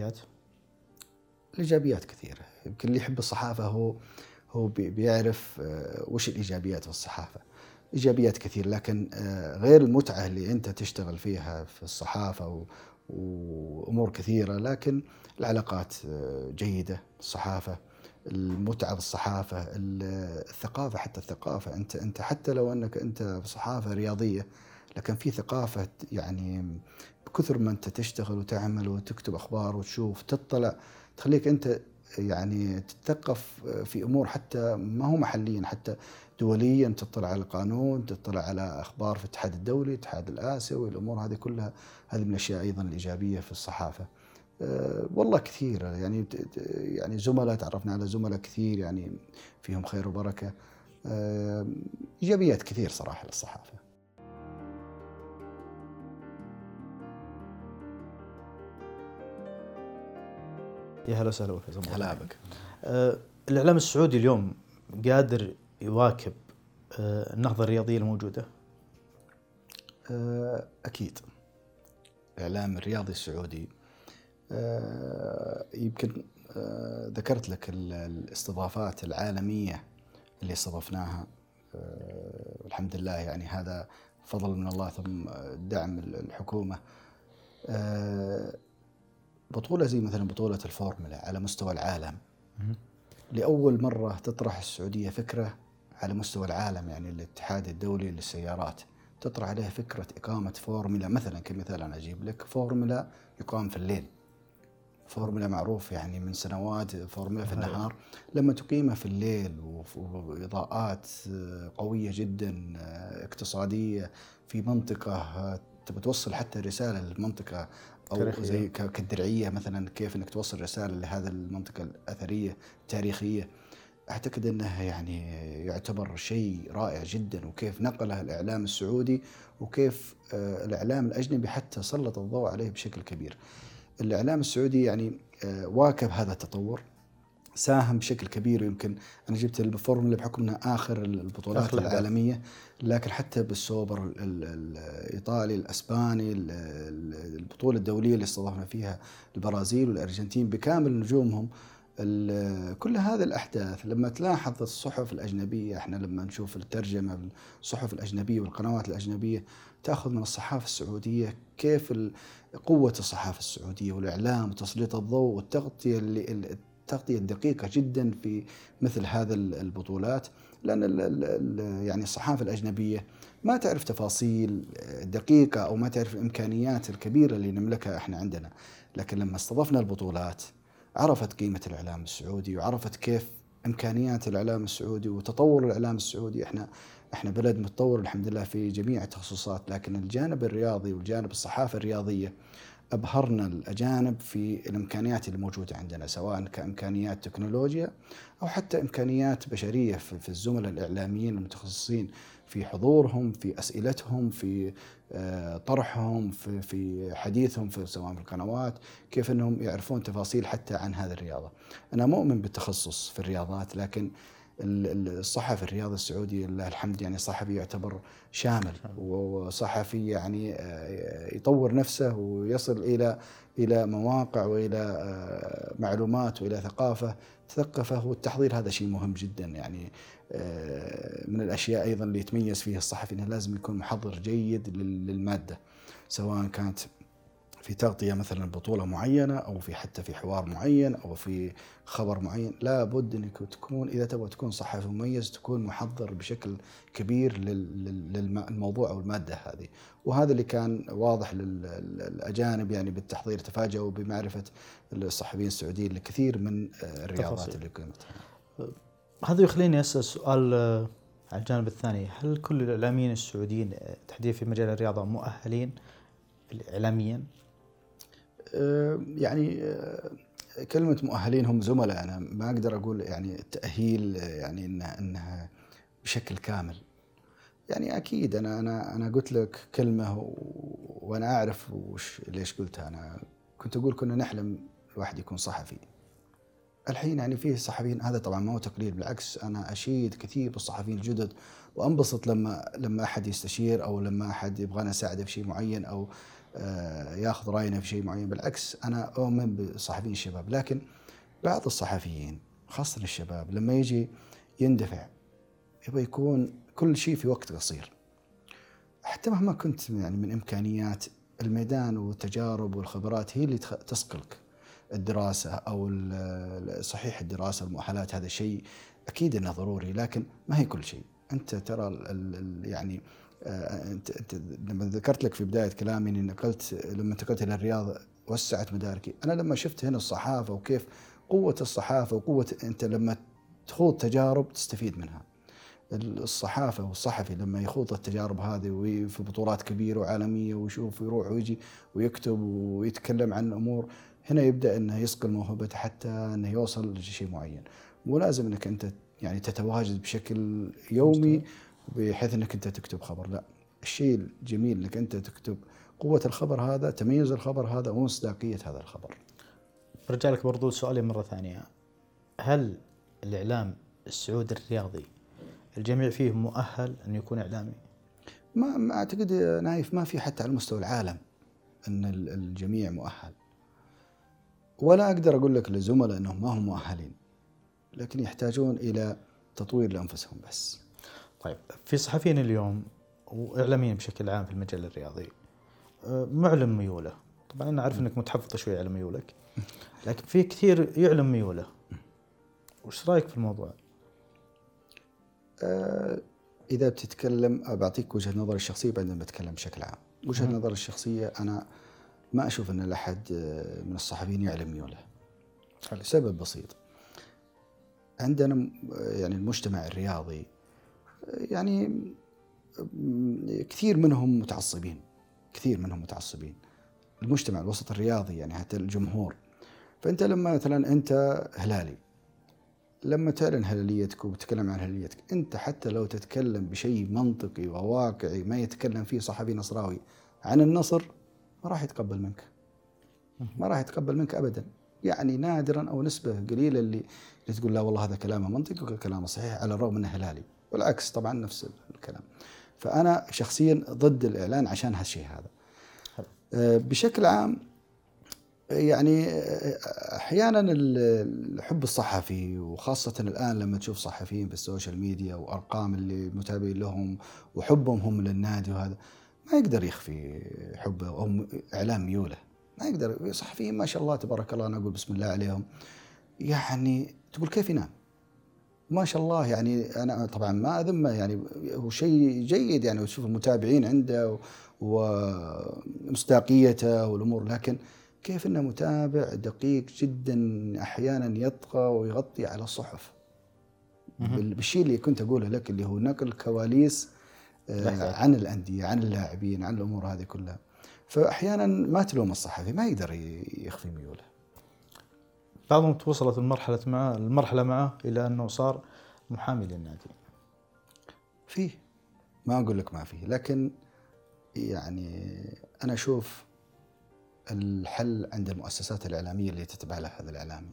الإيجابيات كثيرة. يمكن اللي يحب الصحافة هو بيعرف وش الإيجابيات في الصحافة. إيجابيات كثير، لكن غير المتعة اللي أنت تشتغل فيها في الصحافة وأمور كثيرة. لكن العلاقات جيدة، الصحافة، المتعة بالصحافة، الثقافة، حتى الثقافة. أنت حتى لو أنك أنت في صحافة رياضية، لكن في ثقافة يعني بكثر ما أنت تشتغل وتعمل وتكتب أخبار وتشوف تطلع، تخليك أنت يعني تتثقف في أمور حتى ما هو محليا، حتى دوليا، تطلع على القانون، تطلع على أخبار في الاتحاد الدولي، الاتحاد الآسيوي، الأمور هذه كلها، هذه من الأشياء أيضا الإيجابية في الصحافة. والله كثير يعني يعني زملاء، تعرفنا على زملاء كثير يعني فيهم خير وبركة. إيجابيات كثير صراحة للصحافة. يا هلا وسهلا بك فيصل. هلا بك. الإعلام السعودي اليوم قادر يواكب النهضة الرياضية الموجودة؟ أكيد. الإعلام الرياضي السعودي يمكن ذكرت لك الاستضافات العالمية اللي استضفناها، الحمد لله، يعني هذا فضل من الله ثم دعم الحكومة. بطولة زي مثلا بطولة الفورمولا على مستوى العالم، لأول مرة تطرح السعودية فكرة على مستوى العالم، يعني الاتحاد الدولي للسيارات تطرح عليه فكرة إقامة فورمولا. مثلا كمثال أنا أجيب لك فورمولا يقام في الليل، فورمولا معروف يعني من سنوات فورمولا في النهار، لما تقيمها في الليل وإضاءات قوية جدا اقتصادية في منطقة تبى توصل حتى رسالة للمنطقة، أو تاريخية. زي كالدرعية مثلا، كيف أنك توصل رسالة لهذا المنطقة الأثرية التاريخية. أعتقد أنه يعني يعتبر شيء رائع جدا، وكيف نقله الإعلام السعودي، وكيف الإعلام الأجنبي حتى سلط الضوء عليه بشكل كبير. الإعلام السعودي يعني واكب هذا التطور، ساهم بشكل كبير. ويمكن أنا جبت الفورمولا بحكم أنها آخر البطولات العالمية، لكن حتى بالسوبر الإيطالي، الأسباني، البطولة الدولية اللي استضافنا فيها البرازيل والأرجنتين بكامل نجومهم، كل هذه الأحداث لما تلاحظ الصحف الأجنبية، احنا لما نشوف الترجمة بالصحف الأجنبية والقنوات الأجنبية، تأخذ من الصحافة السعودية كيف قوة الصحافة السعودية والإعلام وتسليط الضوء والتغطية التغطية الدقيقة جدا في مثل هذا البطولات. لأن يعني الصحافة الأجنبية ما تعرف تفاصيل دقيقة، أو ما تعرف الإمكانيات الكبيرة اللي نملكها إحنا عندنا. لكن لما استضفنا البطولات عرفت قيمة الإعلام السعودي، وعرفت كيف إمكانيات الإعلام السعودي وتطور الإعلام السعودي. إحنا بلد متطور الحمد لله في جميع التخصصات، لكن الجانب الرياضي والجانب الصحافة الرياضية أبهرنا الأجانب في الإمكانيات اللي موجودة عندنا، سواء كإمكانيات تكنولوجيا أو حتى إمكانيات بشرية في الزملاء الإعلاميين المتخصصين، في حضورهم، في أسئلتهم، في طرحهم، في حديثهم في سواء في القنوات، كيف أنهم يعرفون تفاصيل حتى عن هذه الرياضة. أنا مؤمن بالتخصص في الرياضات، لكن الصحفي الرياضي السعودي لله الحمد يعني صحفي يعتبر شامل، وصحفي يعني يطور نفسه ويصل إلى مواقع وإلى معلومات وإلى ثقافة تثقفه. والتحضير هذا شيء مهم جدا، يعني من الأشياء أيضا اللي يتميز فيها الصحفي أنه لازم يكون محضر جيد للمادة، سواء كانت في تغطية مثلا بطولة معينة، أو في حتى في حوار معين، أو في خبر معين. لا بد أنك تكون، إذا تبغى تكون صحفي مميز، تكون محضر بشكل كبير للموضوع أو المادة هذه. وهذا اللي كان واضح للأجانب، يعني بالتحضير تفاجأوا بمعرفة الصحفيين السعوديين لكثير من الرياضات اللي كنت. هذا يخليني أسأل سؤال على الجانب الثاني، هل كل الإعلاميين السعوديين تحديدا في مجال الرياضة مؤهلين إعلاميا؟ يعني كلمة مؤهلين هم زملاء، أنا ما أقدر أقول يعني التأهيل يعني إنها بشكل كامل. يعني أكيد أنا قلت لك كلمة وأنا أعرف ليش قلتها. أنا كنت أقول كنا نحلم الواحد يكون صحفي. الحين يعني فيه صحفيين، هذا طبعا ما هو تقليل، بالعكس أنا أشيد كثير بالصحفيين الجدد، وأنبسط لما أحد يستشير، أو لما أحد يبغانا نساعده في شيء معين، أو ياخذ راينا في شيء معين. بالعكس أنا أؤمن بالصحفيين الشباب. لكن بعض الصحفيين خاصة الشباب لما يجي يندفع يبغى يكون كل شيء في وقت قصير، حتى مهما كنت يعني من إمكانيات الميدان والتجارب والخبرات هي اللي تسقلك. الدراسة أو صحيح الدراسة والمؤهلات هذا شيء أكيد أنه ضروري، لكن ما هي كل شيء. أنت ترى يعني أنت لما ذكرت لك في بداية كلامي إني لما انتقلت إلى الرياض وسعت مداركي. أنا لما شفت هنا الصحافة وكيف قوة الصحافة وقوة أنت لما تخوض تجارب تستفيد منها. الصحافة والصحفي لما يخوض التجارب هذه وفي بطولات كبيرة وعالمية ويشوف ويروح ويجي ويكتب ويتكلم عن أمور، هنا يبدأ أنه يصقل موهبته حتى أنه يوصل لشيء معين. مو لازم أنك أنت يعني تتواجد بشكل يومي بحيث أنك أنت تكتب خبر، لا. الشيء الجميل أنك أنت تكتب قوة الخبر هذا، تميز الخبر هذا ومصداقية هذا الخبر. برجع لك برضو سؤالي مرة ثانية، هل الإعلام السعودي الرياضي الجميع فيه مؤهل أن يكون إعلامي؟ ما أعتقد نايف، ما في حتى على مستوى العالم أن الجميع مؤهل، ولا أقدر أقول لك للزملاء أنهم ما هم مؤهلين، لكن يحتاجون إلى تطوير لأنفسهم بس. طيب، في صحفيين اليوم وإعلاميين بشكل عام في المجال الرياضي معلن ميوله، طبعا أنا أعرف أنك متحفظ شوي على ميولك، لكن في كثير يعلن ميوله، وش رأيك في الموضوع؟ إذا بتتكلم بعطيك وجهة نظري الشخصية بعدين بتكلم بشكل عام. وجهة نظري الشخصية، أنا ما أشوف أن أحد من الصحفيين يعلن ميوله. لسبب بسيط، عندنا يعني المجتمع الرياضي يعني كثير منهم متعصبين، كثير منهم متعصبين. المجتمع الوسط الرياضي يعني حتى الجمهور. فأنت لما مثلا أنت هلالي، لما تعلن هلاليتك وتتكلم عن هلاليتك، أنت حتى لو تتكلم بشيء منطقي وواقعي ما يتكلم فيه صحفي نصراوي عن النصر، ما راح يتقبل منك، ما راح يتقبل منك أبدا. يعني نادرا أو نسبة قليلة اللي تقول لا والله هذا كلامه منطقي وكلامه صحيح على الرغم أنه هلالي، والعكس طبعا نفس الكلام. فأنا شخصيا ضد الإعلان عشان هالشيء هذا. بشكل عام يعني أحيانا الحب الصحفي، وخاصة الآن لما تشوف صحفيين في السوشيال ميديا وأرقام اللي متابعين لهم وحبهم هم للنادي، وهذا ما يقدر يخفي حبه أو إعلام ميوله، ما يقدر. صحفيين ما شاء الله تبارك الله، أنا أقول بسم الله عليهم، يعني تقول كيف ينام ما شاء الله. يعني أنا طبعا ما أذمه، يعني هو شيء جيد يعني، وتشوف المتابعين عنده ومصداقيته والأمور، لكن كيف أنه متابع دقيق جدا، أحيانا يطغى ويغطي على الصحف بالشيء اللي كنت أقوله لك، اللي هو نقل كواليس عن الأندية، عن اللاعبين، عن الأمور هذه كلها. فأحيانا ما تلوم الصحفي، ما يقدر يخفي ميوله. بعضهم توصلت المرحلة معه إلى أنه صار محامي للنادي. فيه، ما أقول لك ما فيه، لكن يعني أنا أشوف الحل عند المؤسسات الإعلامية اللي تتبع لها هذا الإعلامي.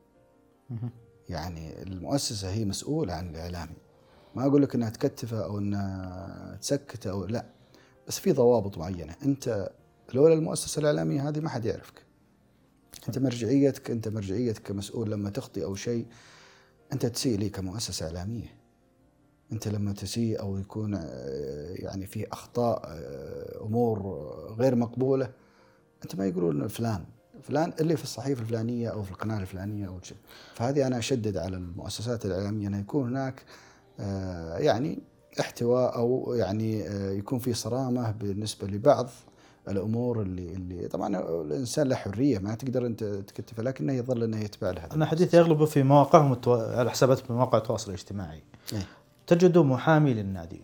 يعني المؤسسة هي مسؤولة عن الإعلامي، ما أقول لك أنها تكتفه أو أنها تسكته أو لا، بس في ضوابط معينة. أنت لولا المؤسسة الإعلامية هذه ما حد يعرفك. أنت مرجعيتك كمسؤول لما تخطئ أو شيء، أنت تسيء لي كمؤسسة إعلامية. أنت لما تسيء أو يكون يعني في أخطاء أمور غير مقبولة، أنت ما يقولون فلان اللي في الصحيفة الفلانية أو في القناة الفلانية أو شيء. فهذه أنا أشدد على المؤسسات الإعلامية أن يكون هناك يعني احتواء، أو يعني يكون في صرامة بالنسبة لبعض الأمور اللي طبعا الإنسان له حرية، ما تقدر أنت تكتفه، لكنه يظل أنه يتبع لها. أنا حديثي أغلب في مواقعهم على حسابات مواقع التواصل الاجتماعي. تجده محامي للنادي.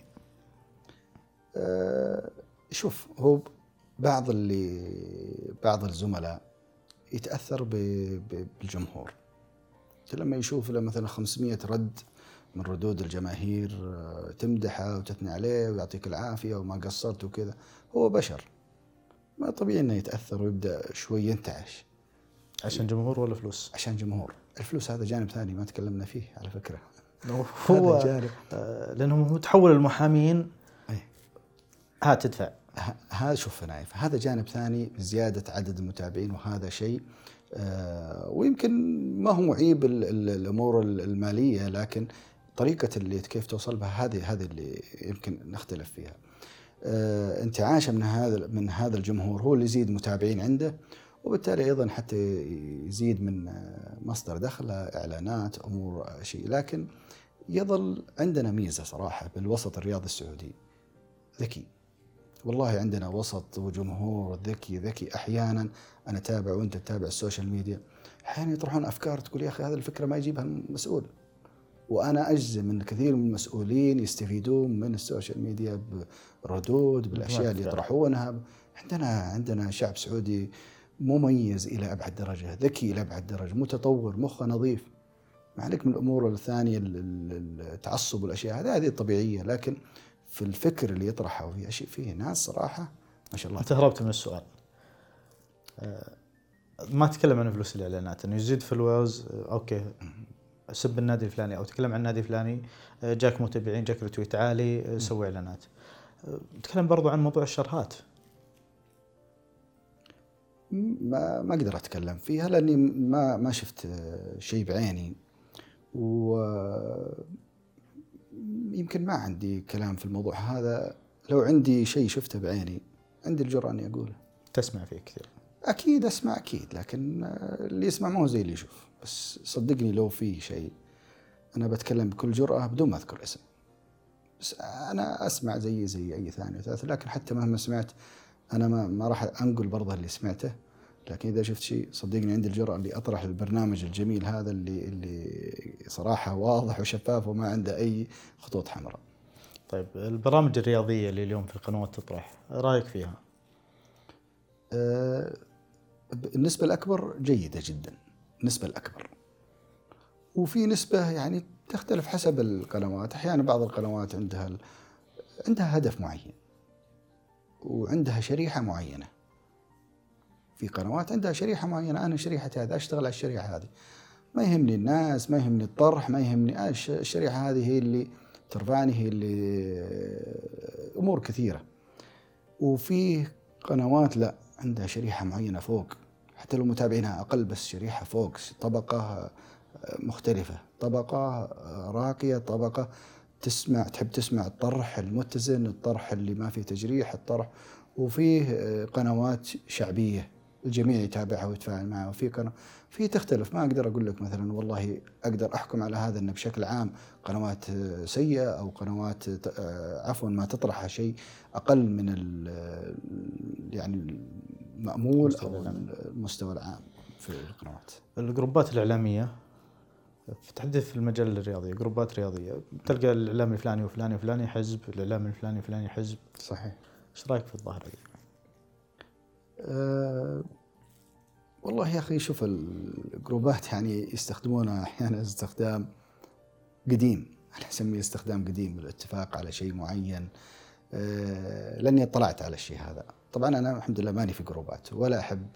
شوف، هو بعض الزملاء يتأثر بالجمهور. لما يشوف مثلا 500 رد من ردود الجماهير تمدحه وتثني عليه ويعطيك العافية وما قصرت وكذا، هو بشر، ما طبيعي انه يتأثر ويبدأ شوي ينتعش. عشان جمهور ولا فلوس؟ عشان جمهور. الفلوس هذا جانب ثاني ما تكلمنا فيه على فكرة. هو جانب لأنهم تحول المحامين تدفع. هذا شوف نايف، هذا جانب ثاني، زيادة عدد المتابعين، وهذا شيء ويمكن ما هو معيب الأمور المالية، لكن طريقة اللي كيف توصل بها هذه اللي يمكن نختلف فيها. انتعاشه من هذا الجمهور هو اللي يزيد متابعين عنده، وبالتالي أيضا حتى يزيد من مصدر دخله، إعلانات، أمور شيء. لكن يظل عندنا ميزة صراحة بالوسط الرياضي السعودي، ذكي. والله عندنا وسط وجمهور ذكي أحيانا. أنا أتابع وأنت تتابع السوشيال ميديا، أحيانا يطرحون أفكار تقول يا أخي هذه الفكرة ما يجيبها المسؤول. وأنا أجزم أن كثير من المسؤولين يستفيدون من السوشيال ميديا بردود بالأشياء اللي يطرحونها. عندنا شعب سعودي مميز إلى أبعد درجة، ذكي إلى أبعد درجة، متطور، مخه نظيف. ما عليك من الأمور الثانية، التعصب والأشياء هذه طبيعية، لكن في الفكر اللي يطرحه وفي أشياء فيه ناس صراحة ما شاء الله. أنت هربت من السؤال. ما تكلم عن فلوس الإعلانات إنه يزيد فلوز، أوكي سب النادي الفلاني أو تكلم عن النادي الفلاني، جاك متابعين، جاك رتويت عالي، سوي إعلانات. تكلم برضو عن موضوع الشرهات. ما أقدر أتكلم فيها لأني ما شفت شيء بعيني، ويمكن ما عندي كلام في الموضوع هذا. لو عندي شيء شفته بعيني عندي الجرأة أني أقوله. تسمع فيه كثير؟ أكيد أسمع، أكيد، لكن اللي يسمع ما هو زي اللي يشوف. بس صدقني لو في شيء أنا بتكلم بكل جرأة بدون ما أذكر اسم. بس أنا أسمع زي أي ثاني وثالث، لكن حتى مهما سمعت أنا ما راح أنقل برضه اللي سمعته. لكن إذا شفت شيء صدقني عندي الجرأة اللي أطرح البرنامج الجميل هذا اللي صراحة واضح وشفاف وما عنده أي خطوط حمراء. طيب البرامج الرياضية اللي اليوم في القنوات تطرح، رأيك فيها؟ النسبة الأكبر جيدة جدا، النسبة الأكبر. وفي نسبة يعني تختلف حسب القنوات. أحيانا بعض القنوات عندها هدف معين وعندها شريحة معينة. في قنوات عندها شريحة معينة، أنا شريحتي هذه أشتغل على الشريحة هذه، ما يهمني الناس، ما يهمني الطرح، ما يهمني الشريحة هذه هي اللي ترفعني، هي اللي أمور كثيرة. وفي قنوات لا، عندها شريحة معينة فوق، حتى لو متابعينها أقل، بس شريحة فوق، طبقة مختلفة، طبقة راقية، طبقة تحب تسمع الطرح المتزن، الطرح اللي ما فيه تجريح، الطرح. وفيه قنوات شعبية الجميع يتابعها ويتفاعل معها، وفي في تختلف. ما أقدر أقول لك مثلا والله أقدر أحكم على هذا أنه بشكل عام قنوات سيئة أو قنوات عفوا ما تطرح شيء أقل من يعني المأمول أو المستوى العام في القنوات. الجروبات الإعلامية في تحديث في المجال الرياضي، جروبات رياضية، تلقى الإعلام الفلاني وفلاني وفلاني حزب، الإعلام الفلاني وفلاني حزب. صحيح. إيش رأيك في الظاهرة دي؟ والله يا أخي شوف، الجروبات يعني يستخدمونها أحيانا استخدام قديم، أنا أسميه استخدام قديم، الاتفاق على شيء معين. لأني اطلعت على الشيء هذا. طبعا أنا الحمد لله ماني في جروبات، ولا أحب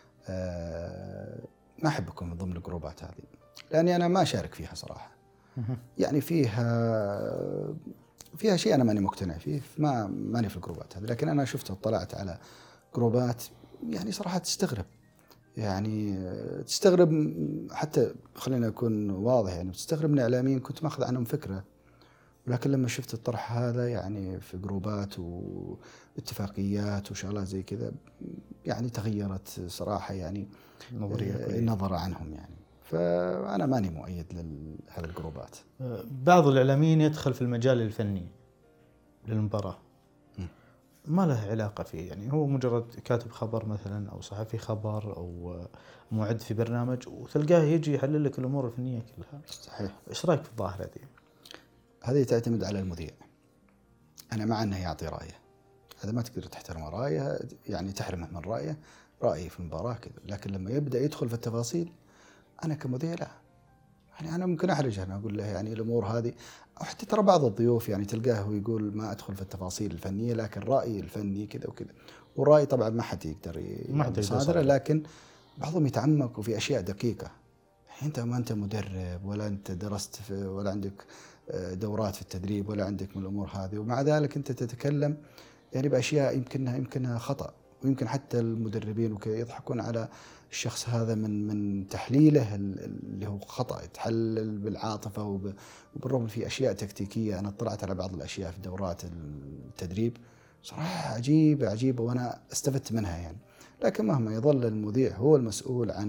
ما أحب أكون من ضمن الجروبات هذه، لأني أنا ما أشارك فيها صراحة. يعني فيها شيء أنا ماني مقتنع فيه، ماني في الجروبات هذه. لكن أنا شفت اطلعت على جروبات يعني صراحة تستغرب، يعني تستغرب، حتى خلينا أكون واضح، يعني تستغرب من إعلاميين كنت ماخذ عنهم فكرة، ولكن لما شفت الطرح هذا يعني في جروبات واتفاقيات وشغلات زي كذا، يعني تغيرت صراحة يعني النظرة عنهم يعني. فأنا ماني مؤيد لهذه الجروبات. بعض الإعلاميين يدخل في المجال الفني للمباراة، ما له علاقة فيه، يعني هو مجرد كاتب خبر مثلا أو صحفي خبر أو معد في برنامج، وتلقاه يجي يحلل لك الأمور الفنية كلها. صحيح. إيش رأيك في الظاهرة دي؟ هذه تعتمد على المذيع. أنا مع أنه يعطي رأيه، هذا ما تقدر تحترم رأيه، يعني تحرمه من رأيه في المباراة كذا. لكن لما يبدأ يدخل في التفاصيل، أنا كمذيع لا، يعني أنا ممكن أحرجه، أنا أقول له يعني الأمور هذه. أو حتى ترى بعض الضيوف يعني تلقاه ويقول ما أدخل في التفاصيل الفنية، لكن رأيي الفني كذا وكذا. والرأي طبعا ما حد يقدر يصادره، لكن بعضهم يتعمق وفي أشياء دقيقة. يعني أنت ما أنت مدرب، ولا أنت درست ولا عندك دورات في التدريب، ولا عندك من الأمور هذه، ومع ذلك أنت تتكلم يعني بأشياء يمكنها خطأ. ويمكن حتى المدربين وكذا يضحكون على الشخص هذا من تحليله اللي هو خطأ، يتحلل بالعاطفة وبالرغم في أشياء تكتيكية. أنا اطلعت على بعض الأشياء في دورات التدريب صراحة عجيبة، وأنا استفدت منها يعني. لكن مهما يظل المذيع هو المسؤول عن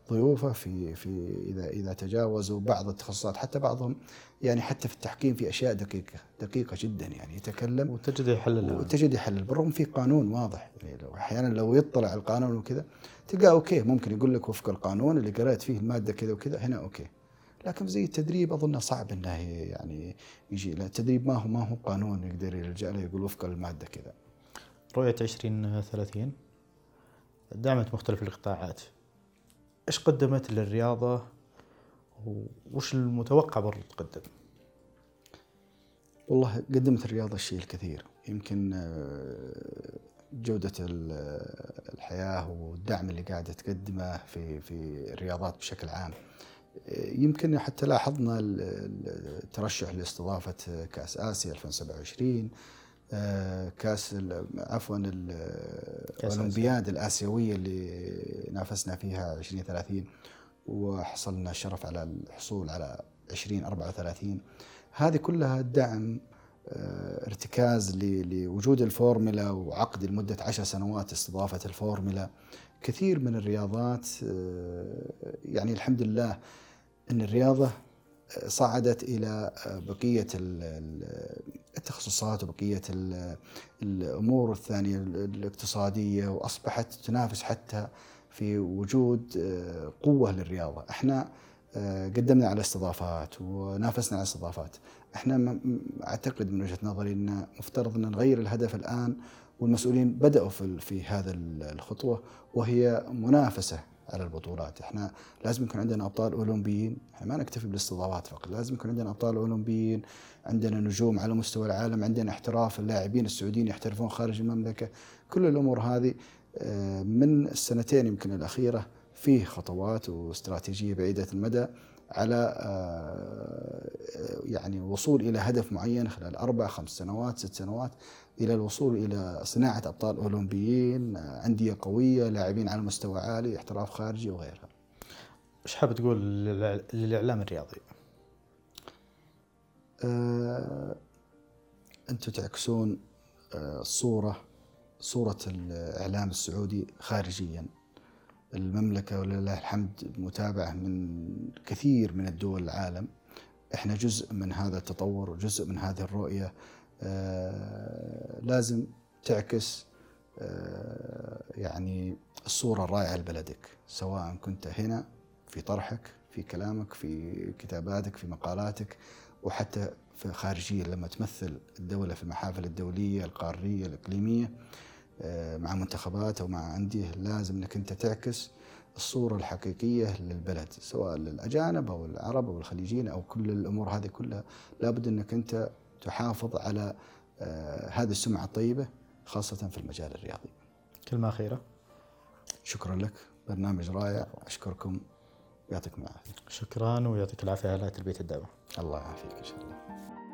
ضيوفه إذا تجاوزوا بعض التخصصات، حتى بعضهم يعني حتى في التحكيم في أشياء دقيقة جدا، يعني يتكلم وتجد يحلل بالرغم في قانون واضح. يعني أحيانا لو يطلع على القانون وكذا تلقاه أوكي، ممكن يقول لك وفق القانون اللي قرأت فيه المادة كذا وكذا، هنا أوكي. لكن زي التدريب أظن صعب أنه يعني يجي، لا التدريب ما هو قانون يقدر يلجأ له يقول وفق المادة كذا. رؤية 2030 دعمت مختلف القطاعات، إيش قدمت للرياضة وش المتوقع برضو تقدم؟ والله قدمت الرياضة الشيء الكثير، يمكن جودة الحياة والدعم اللي قاعدة تقدمه في الرياضات بشكل عام. يمكن حتى لاحظنا الترشح لاستضافة كأس آسيا 2027، الأولمبياد الآسيوية اللي نافسنا فيها 2030 وحصلنا الشرف على الحصول على 2034. هذه كلها دعم ارتكاز لوجود الفورمولا وعقد لمدة 10 سنوات استضافة الفورمولا. كثير من الرياضات يعني الحمد لله أن الرياضة صعدت إلى بقية التخصصات وبقية الأمور الثانية الاقتصادية، وأصبحت تنافس حتى في وجود قوة للرياضة. احنا قدمنا على استضافات ونافسنا على استضافات. احنا اعتقد من وجهة نظري ان مفترض ان نغير الهدف الآن، والمسؤولين بدأوا في هذا الخطوة، وهي منافسة على البطولات. احنا لازم يكون عندنا ابطال اولمبيين، احنا ما نكتفي بالاستضافات فقط، لازم يكون عندنا ابطال اولمبيين، عندنا نجوم على مستوى العالم، عندنا احتراف، اللاعبين السعوديين يحترفون خارج المملكة. كل الامور هذه من السنتين يمكن الأخيرة فيه خطوات واستراتيجية بعيدة المدى على يعني وصول إلى هدف معين خلال 4 5 سنوات 6 سنوات، إلى الوصول إلى صناعة أبطال أولمبيين، أندية قوية، لاعبين على مستوى عالي، احتراف خارجي وغيرها. إيش حاب تقول للإعلام الرياضي؟ أنتم تعكسون صورة الإعلام السعودي خارجيا. المملكة ولله الحمد متابعة من كثير من الدول العالم، احنا جزء من هذا التطور وجزء من هذه الرؤية. لازم تعكس يعني الصورة الرائعة لبلدك، سواء كنت هنا في طرحك، في كلامك، في كتاباتك، في مقالاتك، وحتى في خارجيا لما تمثل الدولة في المحافل الدولية القارية الإقليمية مع منتخبات أو مع أندية. لازم أنك أنت تعكس الصورة الحقيقية للبلد، سواء للأجانب أو العرب أو الخليجيين أو كل الأمور هذه كلها. لابد أنك أنت تحافظ على هذه السمعة الطيبة، خاصة في المجال الرياضي. كلمة أخيرة. شكرا لك، برنامج رائع، أشكركم، يعطيكم العافية. شكرا ويعطيك العافية على تلبية الدعوة. الله يعافيك إن شاء الله.